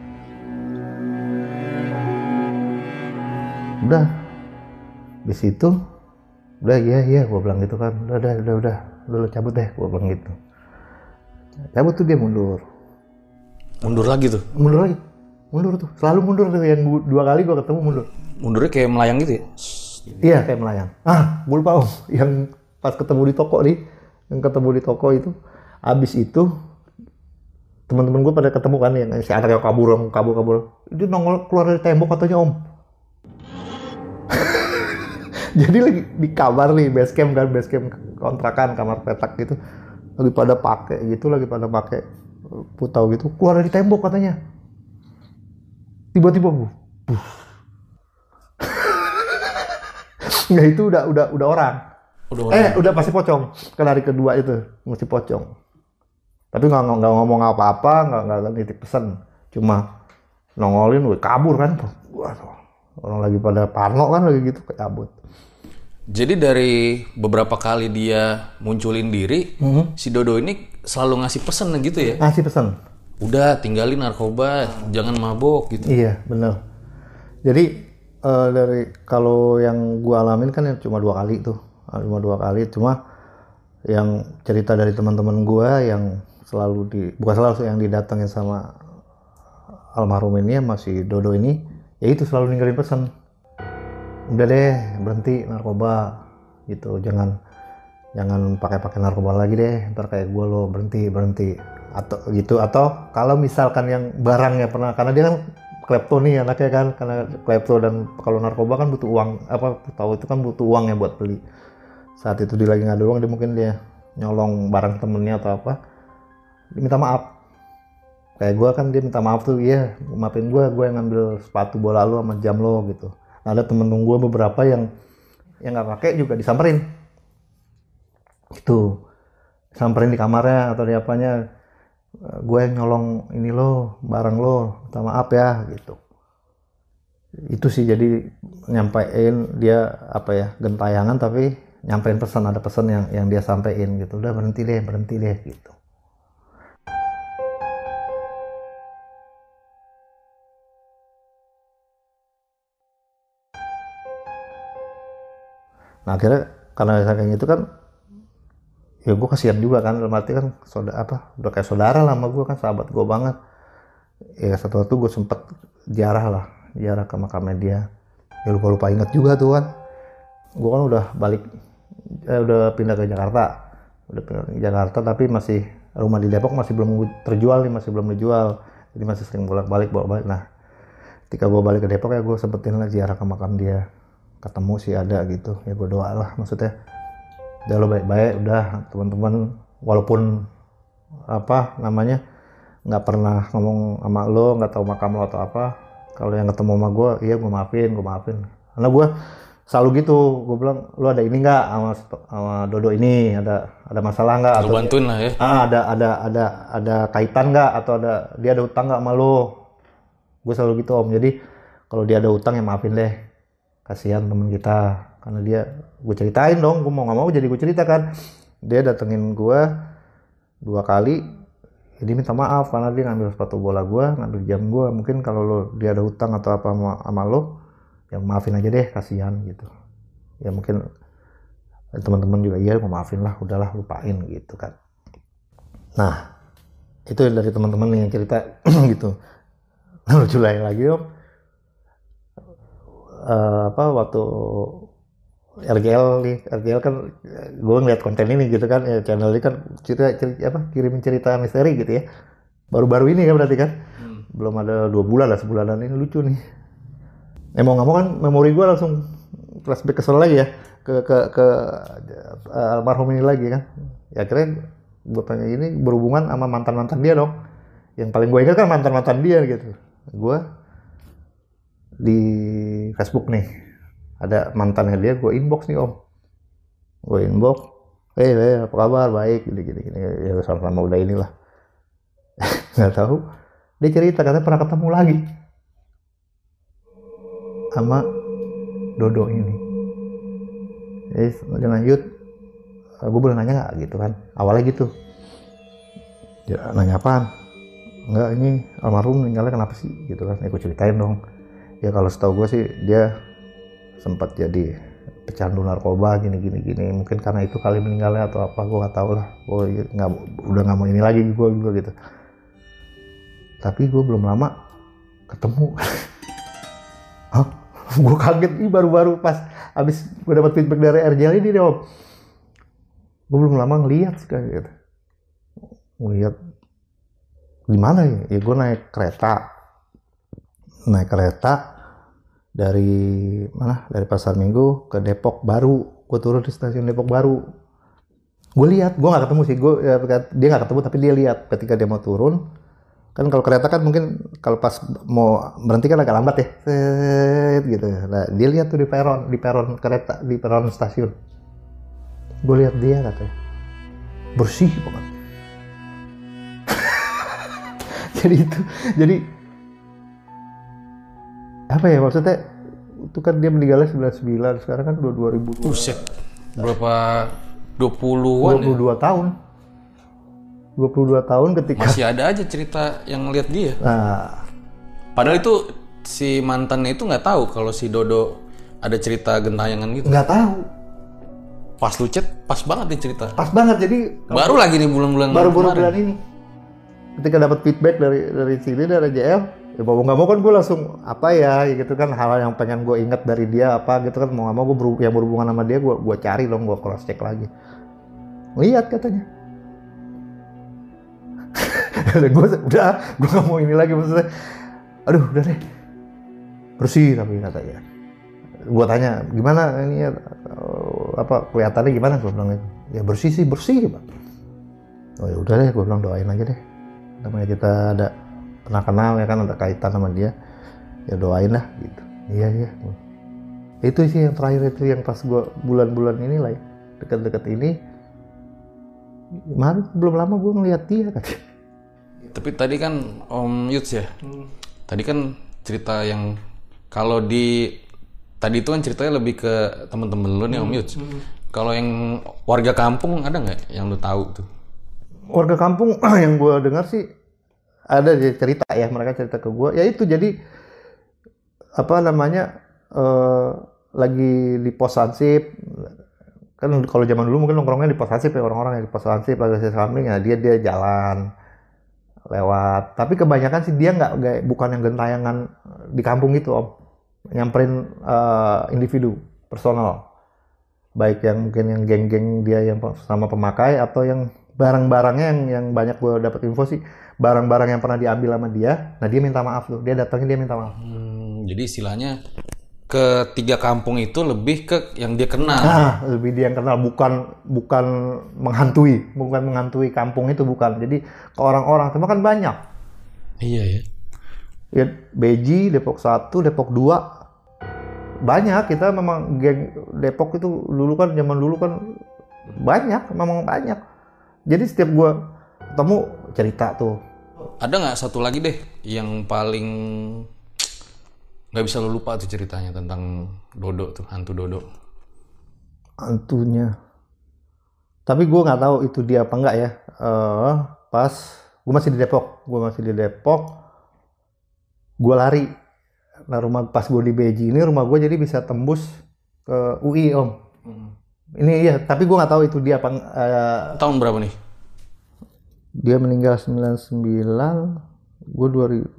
Udah di situ, udah iya gue bilang gitu kan, udah lu cabut deh, gue bilang gitu. Cabut tuh dia mundur lagi tuh, selalu mundur tuh, yang 2 kali gue ketemu mundur. Mundurnya kayak melayang gitu ya? Iya kayak melayang. Gue lupa om, yang pas ketemu di toko itu, abis itu teman-teman gue pada ketemu kan, yang si anak yang kabur, itu nongol keluar dari tembok katanya om. Jadi lagi di kamar nih, base camp kontrakan, kamar petak gitu, lagi pada pakai putau gitu, keluar dari tembok katanya. Tiba-tiba nggak, itu udah orang. Udah pasti pocong. Kan hari kedua itu masih pocong. Tapi nggak ngomong apa-apa, nggak nitip pesan, cuma nongolin, kabur kan. Orang lagi pada parno kan, lagi gitu cabut. Jadi dari beberapa kali dia munculin diri, si Dodo ini selalu ngasih pesan gitu ya? Ngasih pesan. Udah tinggalin narkoba, jangan mabok gitu. Iya bener. Jadi dari kalau yang gua alamin kan cuma 2 kali tuh, cuma yang cerita dari teman-teman gua yang bukan yang didatengin sama almarhum ini, masih Dodo ini, ya itu selalu ninggalin pesan. Udah deh, berhenti narkoba gitu, jangan pakai narkoba lagi deh, ntar kayak gue lo, berhenti atau gitu. Atau kalau misalkan yang barangnya pernah, karena dia kan klepto nih anaknya kan, karena klepto, dan kalau narkoba kan butuh uang, tahu itu kan butuh uang ya buat beli. Saat itu dia lagi nggak ada uang, dia mungkin dia nyolong barang temennya atau apa, dia minta maaf. Kayak gue kan dia minta maaf tuh, iya maafin gue yang ngambil sepatu bola lo sama jam lo gitu. Nah, ada temen gue beberapa yang nggak pakai juga disamperin. Gitu. Samperin di kamarnya atau di apanya. Gue yang nyolong ini lo, barang lo, minta maaf ya gitu. Itu sih jadi nyampein dia apa ya, gentayangan tapi nyampein pesan, ada pesan yang dia sampein gitu. Udah berhenti deh gitu. Nah akhirnya karena kayak gitu kan, ya gue kasihan juga kan, dalam arti kan udah kayak saudara lah sama gue kan, sahabat gue banget. Ya satu waktu gue sempet ziarah ke makamnya dia. Ya lupa inget juga tuh kan, gue kan udah pindah ke Jakarta, tapi masih rumah di Depok masih belum terjual nih, masih belum dijual, jadi masih sering bolak-balik. Nah ketika gue balik ke Depok ya gue sempetin lah ziarah ke makam dia, ketemu sih ada gitu, ya gue doa lah, maksudnya udah lo baik-baik, udah teman-teman, walaupun apa namanya nggak pernah ngomong sama lo, nggak tahu makam lo atau apa, kalau yang ketemu sama gue, iya gue maafin, karena gue selalu gitu, gue bilang lo ada ini nggak sama Dodo ini, ada masalah nggak, Lo bantuin lah ya. Ada kaitan nggak, atau dia ada utang nggak sama lo, gue selalu gitu om. Jadi kalau dia ada utang ya maafin deh, kasihan temen kita, karena gue ceritain dong, gue mau nggak mau jadi gue ceritakan. Dia datengin gue 2 kali, jadi minta maaf karena dia ngambil sepatu bola gue, ngambil jam gue. Mungkin kalau dia ada hutang atau apa sama lo, ya maafin aja deh, kasihan gitu. Ya mungkin teman-teman juga iya, mau maafin lah, udahlah lupain gitu kan. Nah itu dari teman-teman yang cerita gitu. Lucu lagi om, waktu RGL kan gue ngeliat konten ini gitu kan, ya channel ini kan kirimin cerita misteri gitu ya, baru-baru ini kan berarti kan, belum ada 2 bulan lah, sebulanan ini. Lucu nih, mau nggak mau kan memori gue langsung flashback kesel lagi ya ke almarhum ini lagi kan. Ya akhirnya gue pengen ini berhubungan sama mantan dia dong, yang paling gue ingat kan mantan dia gitu. Gue di Facebook nih ada mantannya dia, gue inbox nih om, apa kabar, baik, gini, ya sama udah inilah. Nggak tahu dia cerita katanya pernah ketemu lagi sama Dodo ini. Dia lanjut, gue boleh nanya nggak gitu kan, awalnya gitu. Ya, nanya apaan? Enggak, ini almarhum meninggalnya kenapa sih gitu kan. Ya gue ceritain dong, ya kalau setahu gue sih dia sempat jadi pecandu narkoba gini, mungkin karena itu kali meninggalnya atau apa, gue nggak tahu lah. Gue udah nggak mau ini lagi gue juga gitu. Tapi gue belum lama ketemu. Hah? Gue kaget nih, baru pas abis gue dapat feedback dari RJL ini deh om. Gue belum lama ngeliat sih kayak gitu. Ngeliat di mana ya? Ya gue naik kereta dari Pasar Minggu ke Depok Baru. Gue turun di stasiun Depok Baru. Gue lihat, gue nggak ketemu sih, dia nggak ketemu, tapi dia lihat ketika dia mau turun. Kan kalau kereta kan mungkin kalau pas mau berhenti kan agak lambat ya, gitu. Nah dia lihat tuh di peron kereta, di peron stasiun. Gue lihat dia katanya bersih banget. jadi apa ya maksudnya, itu kan dia meninggalnya 99, sekarang kan udah 2000. Buset, berapa 20-an 22 ya? Tahun. 22 tahun ketika masih ada aja cerita yang ngeliat dia. Nah, padahal itu si mantannya itu nggak tahu kalau si Dodo ada cerita gentayangan gitu. Nggak tahu. Pas lu chat, pas banget nih cerita. Pas banget, jadi baru lagi nih bulan-bulan bulan ini. Ketika dapat feedback dari sini, dari JL, ya mau nggak mau kan gue langsung apa ya gitu kan, hal yang pengen gue ingat dari dia apa gitu kan, mau nggak mau gue yang berhubungan sama dia gue cari dong, gue cross check lagi. Lihat katanya. Gue nggak mau ini lagi, maksudnya aduh udah deh, bersih tapi katanya. Gue tanya gimana ini ya, kelihatannya gimana, gue bilang ya bersih Pak. Oh ya udah deh, gue bilang doain aja deh, namanya kita ada pernah kenal ya kan, ada kaitan sama dia, ya doain lah gitu. Iya. Itu sih yang terakhir itu, yang pas gue bulan-bulan ini lah ya, dekat-dekat ini. Kemarin belum lama gue ngeliat dia kan. Tapi tadi kan Om Yuts ya, tadi kan cerita yang kalau tadi itu kan ceritanya lebih ke temen-temen lu nih Om Yuts. Kalau yang warga kampung ada nggak yang lu tahu tuh? Warga kampung yang gue dengar sih ada cerita ya, mereka cerita ke gue. Ya itu jadi apa namanya lagi di pos Hansip. Kan kalau zaman dulu mungkin nongkrongnya di pos Hansip ya, orang-orang yang di pos Hansip lagi samping ya, dia jalan lewat. Tapi kebanyakan sih dia bukan yang gentayangan di kampung itu Om, nyamperin individu personal, baik yang mungkin yang geng-geng dia yang sama pemakai, atau yang barang-barangnya yang banyak gue dapat info sih barang-barang yang pernah diambil sama dia. Nah dia minta maaf tuh, dia datangnya dia minta maaf. Jadi istilahnya ketiga kampung itu lebih ke yang dia kenal. Lebih dia yang kenal, bukan menghantui kampung itu, bukan. Jadi ke orang-orang, cuma kan banyak. Iya ya. Ya Beji, Depok 1, Depok 2. Banyak, kita memang geng Depok itu dulu kan, zaman dulu kan memang banyak. Jadi setiap gua ketemu cerita tuh. Ada nggak satu lagi deh yang paling nggak bisa lo lupa tuh ceritanya tentang Dodo tuh, hantu Dodo? Hantunya, tapi gue nggak tahu itu dia apa enggak ya. Pas gue masih di Depok, gue lari. Nah pas gue di Beji ini, rumah gue jadi bisa tembus ke UI Om. Ini iya, tapi gue nggak tahu itu dia apa. Tahun berapa nih? Dia meninggal 99, gue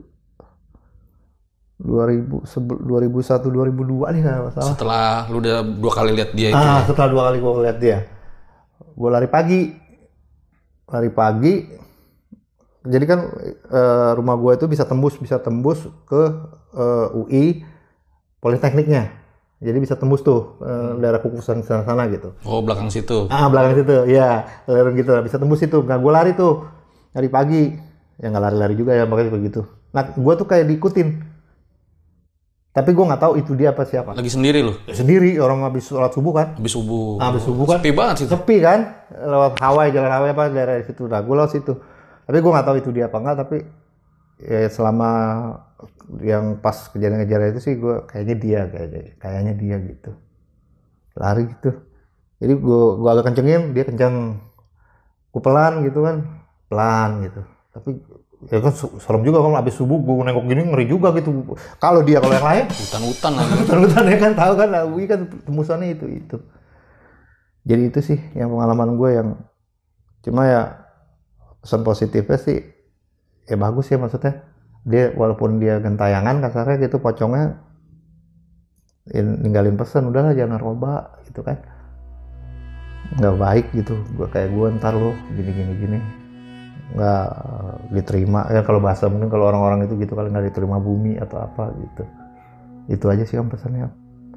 2001 2002 nih nggak masalah. Setelah lu udah 2 kali lihat dia itu. Setelah 2 kali gue lihat dia, gue lari pagi. Jadi kan rumah gue itu bisa tembus ke UI Politekniknya. Jadi bisa tembus tuh daerah Kukusan sana gitu. Oh, belakang situ. Belakang situ, ya, lereng gitu, bisa tembus itu. Nah, gue lari pagi. Ya nggak lari-lari juga ya, makanya begitu. Nah, gue tuh kayak diikutin. Tapi gue nggak tahu itu dia apa siapa. Lagi sendiri lu? Sendiri, orang habis sholat subuh kan. Habis subuh kan. Sepi banget situ. Sepi kan, lewat jalan Hawai apa daerah situ. Nah, gue lewat situ. Tapi gue nggak tahu itu dia apa enggak. Tapi ya selama yang pas kejadian-kejadian itu sih gue kayaknya dia gitu. Lari gitu. Jadi gue agak kencengin, dia kenceng. Gue pelan gitu kan, gitu. Tapi ya kan serem juga kalau habis subuh gue nengok gini, ngeri juga gitu. Kalau yang lain hutan lagi. Hutan ya kan, tahu kan, UI kan tembusannya itu. Jadi itu sih yang pengalaman gue yang cuma ya pesan positifnya sih ya bagus ya, maksudnya dia walaupun dia gentayangan kasarnya gitu, pocongnya ya ninggalin pesan, udahlah jangan narkoba gitu kan, nggak baik gitu. Gue ntar lo gini nggak diterima ya, kalau bahasa mungkin kalau orang-orang itu gitu kali, nggak diterima bumi atau apa gitu. Itu aja sih kan pesannya.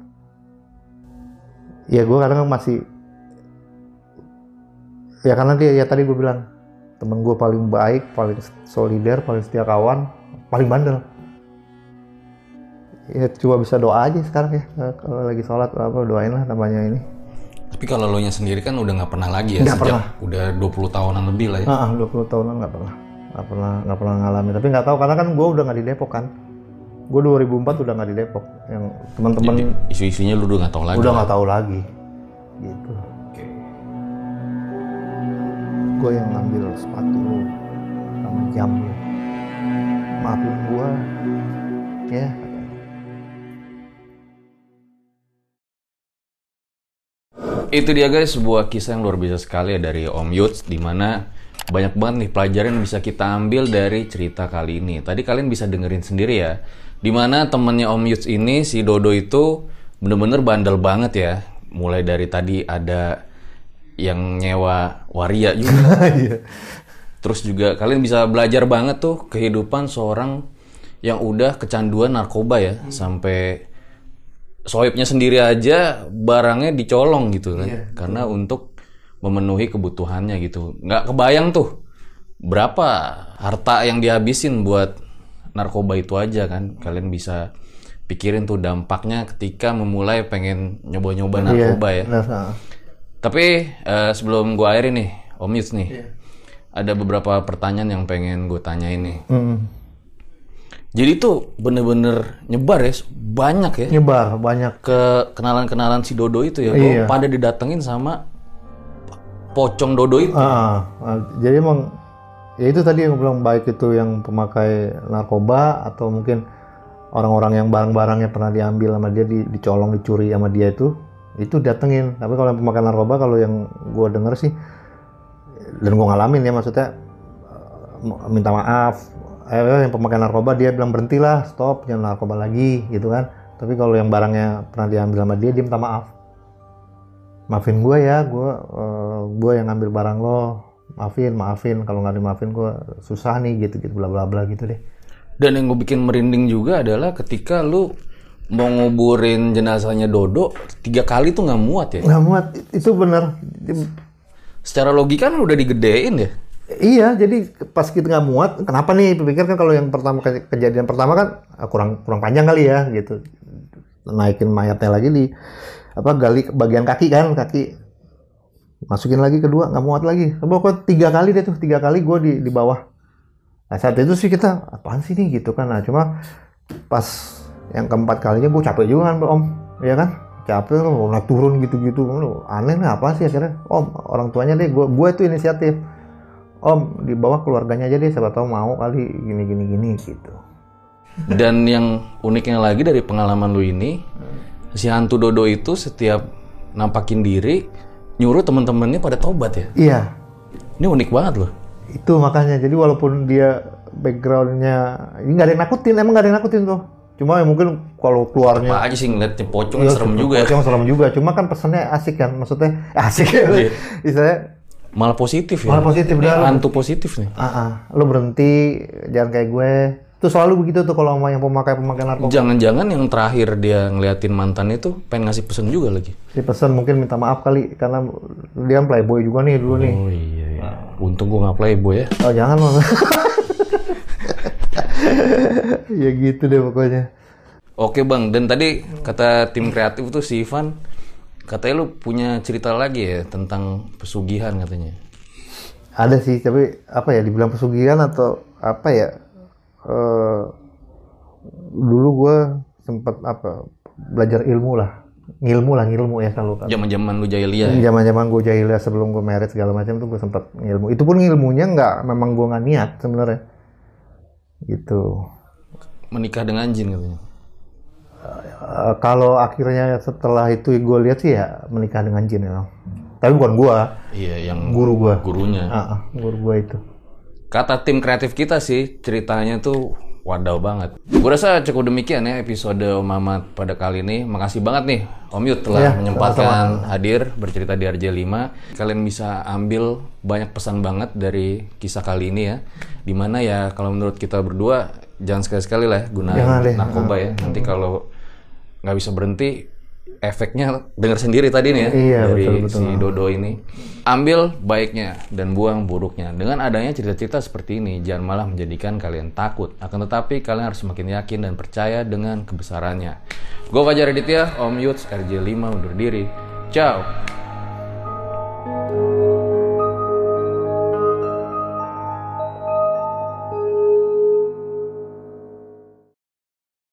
Ya gue kadang masih ya, karena dia ya tadi gue bilang temen gue paling baik, paling solider, paling setia kawan, paling bandel. Ya cuma bisa doa aja sekarang ya, kalau lagi sholat apa doain lah namanya ini. Tapi kalau lo nya sendiri kan udah nggak pernah lagi ya, sejak udah 20 tahunan lebih lah ya. 20 tahunan nggak pernah ngalamin. Tapi nggak tahu karena kan gue udah nggak di Depok kan. Gue 2004 udah nggak di Depok. Yang teman-teman isu-isunya lu udah nggak tahu lagi. Udah nggak tahu lagi. Gitu. Gue yang ngambil sepatu lu sama jam lu. Maafin gue ya. Itu dia guys, sebuah kisah yang luar biasa sekali ya dari Om Yuts, dimana banyak banget nih pelajaran yang bisa kita ambil dari cerita kali ini. Tadi kalian bisa dengerin sendiri ya, dimana temennya Om Yuts ini, si Dodo itu bener-bener bandel banget ya. Mulai dari tadi ada yang nyewa waria juga. Terus juga kalian bisa belajar banget tuh kehidupan seorang yang udah kecanduan narkoba ya. Sampai sohibnya sendiri aja barangnya dicolong gitu kan. Karena untuk memenuhi kebutuhannya gitu. Nggak kebayang tuh berapa harta yang dihabisin buat narkoba itu aja kan. Kalian bisa pikirin tuh dampaknya ketika memulai pengen nyoba-nyoba narkoba ya. Tapi sebelum gue akhirin nih, Om Yus nih, ada beberapa pertanyaan yang pengen gue tanyain nih. Jadi tuh bener-bener nyebar ya, banyak ya. Nyebar, banyak. Ke kenalan-kenalan si Dodo itu ya, bahwa pada didatengin sama pocong Dodo itu. Jadi emang, ya itu tadi yang bilang, baik itu yang pemakai narkoba atau mungkin orang-orang yang barang-barangnya pernah diambil sama dia, dicolong, dicuri sama dia itu datengin. Tapi kalau yang pemakai narkoba, kalau yang gue denger sih, dan gue ngalamin ya, maksudnya minta maaf. Yang pemakai narkoba dia bilang berhentilah, stop, jangan narkoba lagi gitu kan. Tapi kalau yang barangnya pernah diambil sama dia minta maaf. Maafin gue ya, gue yang ngambil barang lo, maafin. Kalau nggak dimaafin gue susah nih, gitu bla bla bla gitu deh. Dan yang gue bikin merinding juga adalah ketika lu mau nguburin jenazahnya Dodo 3 kali tuh nggak muat ya? Nggak muat, itu bener. Secara logika kan udah digedein ya? Iya, jadi pas kita nggak muat, kenapa nih? Pikir kan kalau yang pertama, kejadian pertama kan kurang panjang kali ya, gitu. Naikin mayatnya lagi gali bagian kaki kan, masukin lagi kedua, nggak muat lagi. Pokoknya 3 kali deh tuh, 3 kali gue di bawah. Nah saat itu sih kita, apaan sih nih gitu kan. Nah cuma pas yang keempat kalinya gue capek juga kan Om, ya kan? Capek loh, naik turun gitu-gitu, aneh nih apa sih akhirnya? Om, orang tuanya deh, gue itu inisiatif. Om, di bawah keluarganya aja deh, siapa tahu mau kali gini gitu. Dan yang uniknya lagi dari pengalaman lu ini, si hantu Dodo itu setiap nampakin diri nyuruh temen-temennya pada tobat ya? Iya. Ini unik banget loh. Itu makanya, jadi walaupun dia backgroundnya ini nggak ada yang nakutin, emang nggak ada yang nakutin tuh. Cuma ya mungkin kalau keluarnya apa aja sih ngeliatnya pocong serem juga ya. Pocong serem juga, cuma kan pesannya asik kan, maksudnya asik ya. Istilahnya malah positif ya. Malah positif dah. Hantu positif nih. Lo berhenti, jangan kayak gue. Tuh selalu begitu tuh kalau sama yang pemakai narkoba. Jangan-jangan yang terakhir dia ngeliatin mantan itu pengen ngasih pesan juga lagi. Dia pesan mungkin minta maaf kali karena dia playboy juga nih dulu nih. Oh iya. Untung gue nggak playboy ya. Oh jangan loh. Ya gitu deh pokoknya. Oke Bang, dan tadi kata tim kreatif tuh si Ivan, katanya lu punya cerita lagi ya tentang pesugihan katanya. Ada sih, tapi apa ya, dibilang pesugihan atau apa ya? Dulu gue sempet belajar ilmu ya kalau kan. Zaman-zaman lu jahiliyah. Ya? Zaman-zaman gue jahiliyah sebelum gue married segala macam tuh gue sempet ilmu. Itu pun ilmunya memang gue nggak niat sebenarnya. Gitu. Menikah dengan jin katanya. Kalau akhirnya setelah itu gue lihat sih ya menikah dengan jin ya. Tapi bukan gue. Iya, yang guru gue. Gurunya. Guru gue itu. Kata tim kreatif kita sih ceritanya tuh wadaw banget. Gue rasa cukup demikian ya episode Om Mamat pada kali ini. Makasih banget nih Om Yud telah menyempatkan hadir bercerita di RJ5. Kalian bisa ambil banyak pesan banget dari kisah kali ini ya. Dimana ya kalau menurut kita berdua jangan sekali-sekali lah gunain narkoba ya. Nanti kalau nggak bisa berhenti, efeknya dengar sendiri tadi nih ya dari betul. Si Dodo ini. Ambil baiknya dan buang buruknya. Dengan adanya cerita-cerita seperti ini, jangan malah menjadikan kalian takut. Akan tetapi kalian harus semakin yakin dan percaya dengan kebesarannya. Gue Fajar Aditya, Om Yuts, RJ5 undur diri. Ciao.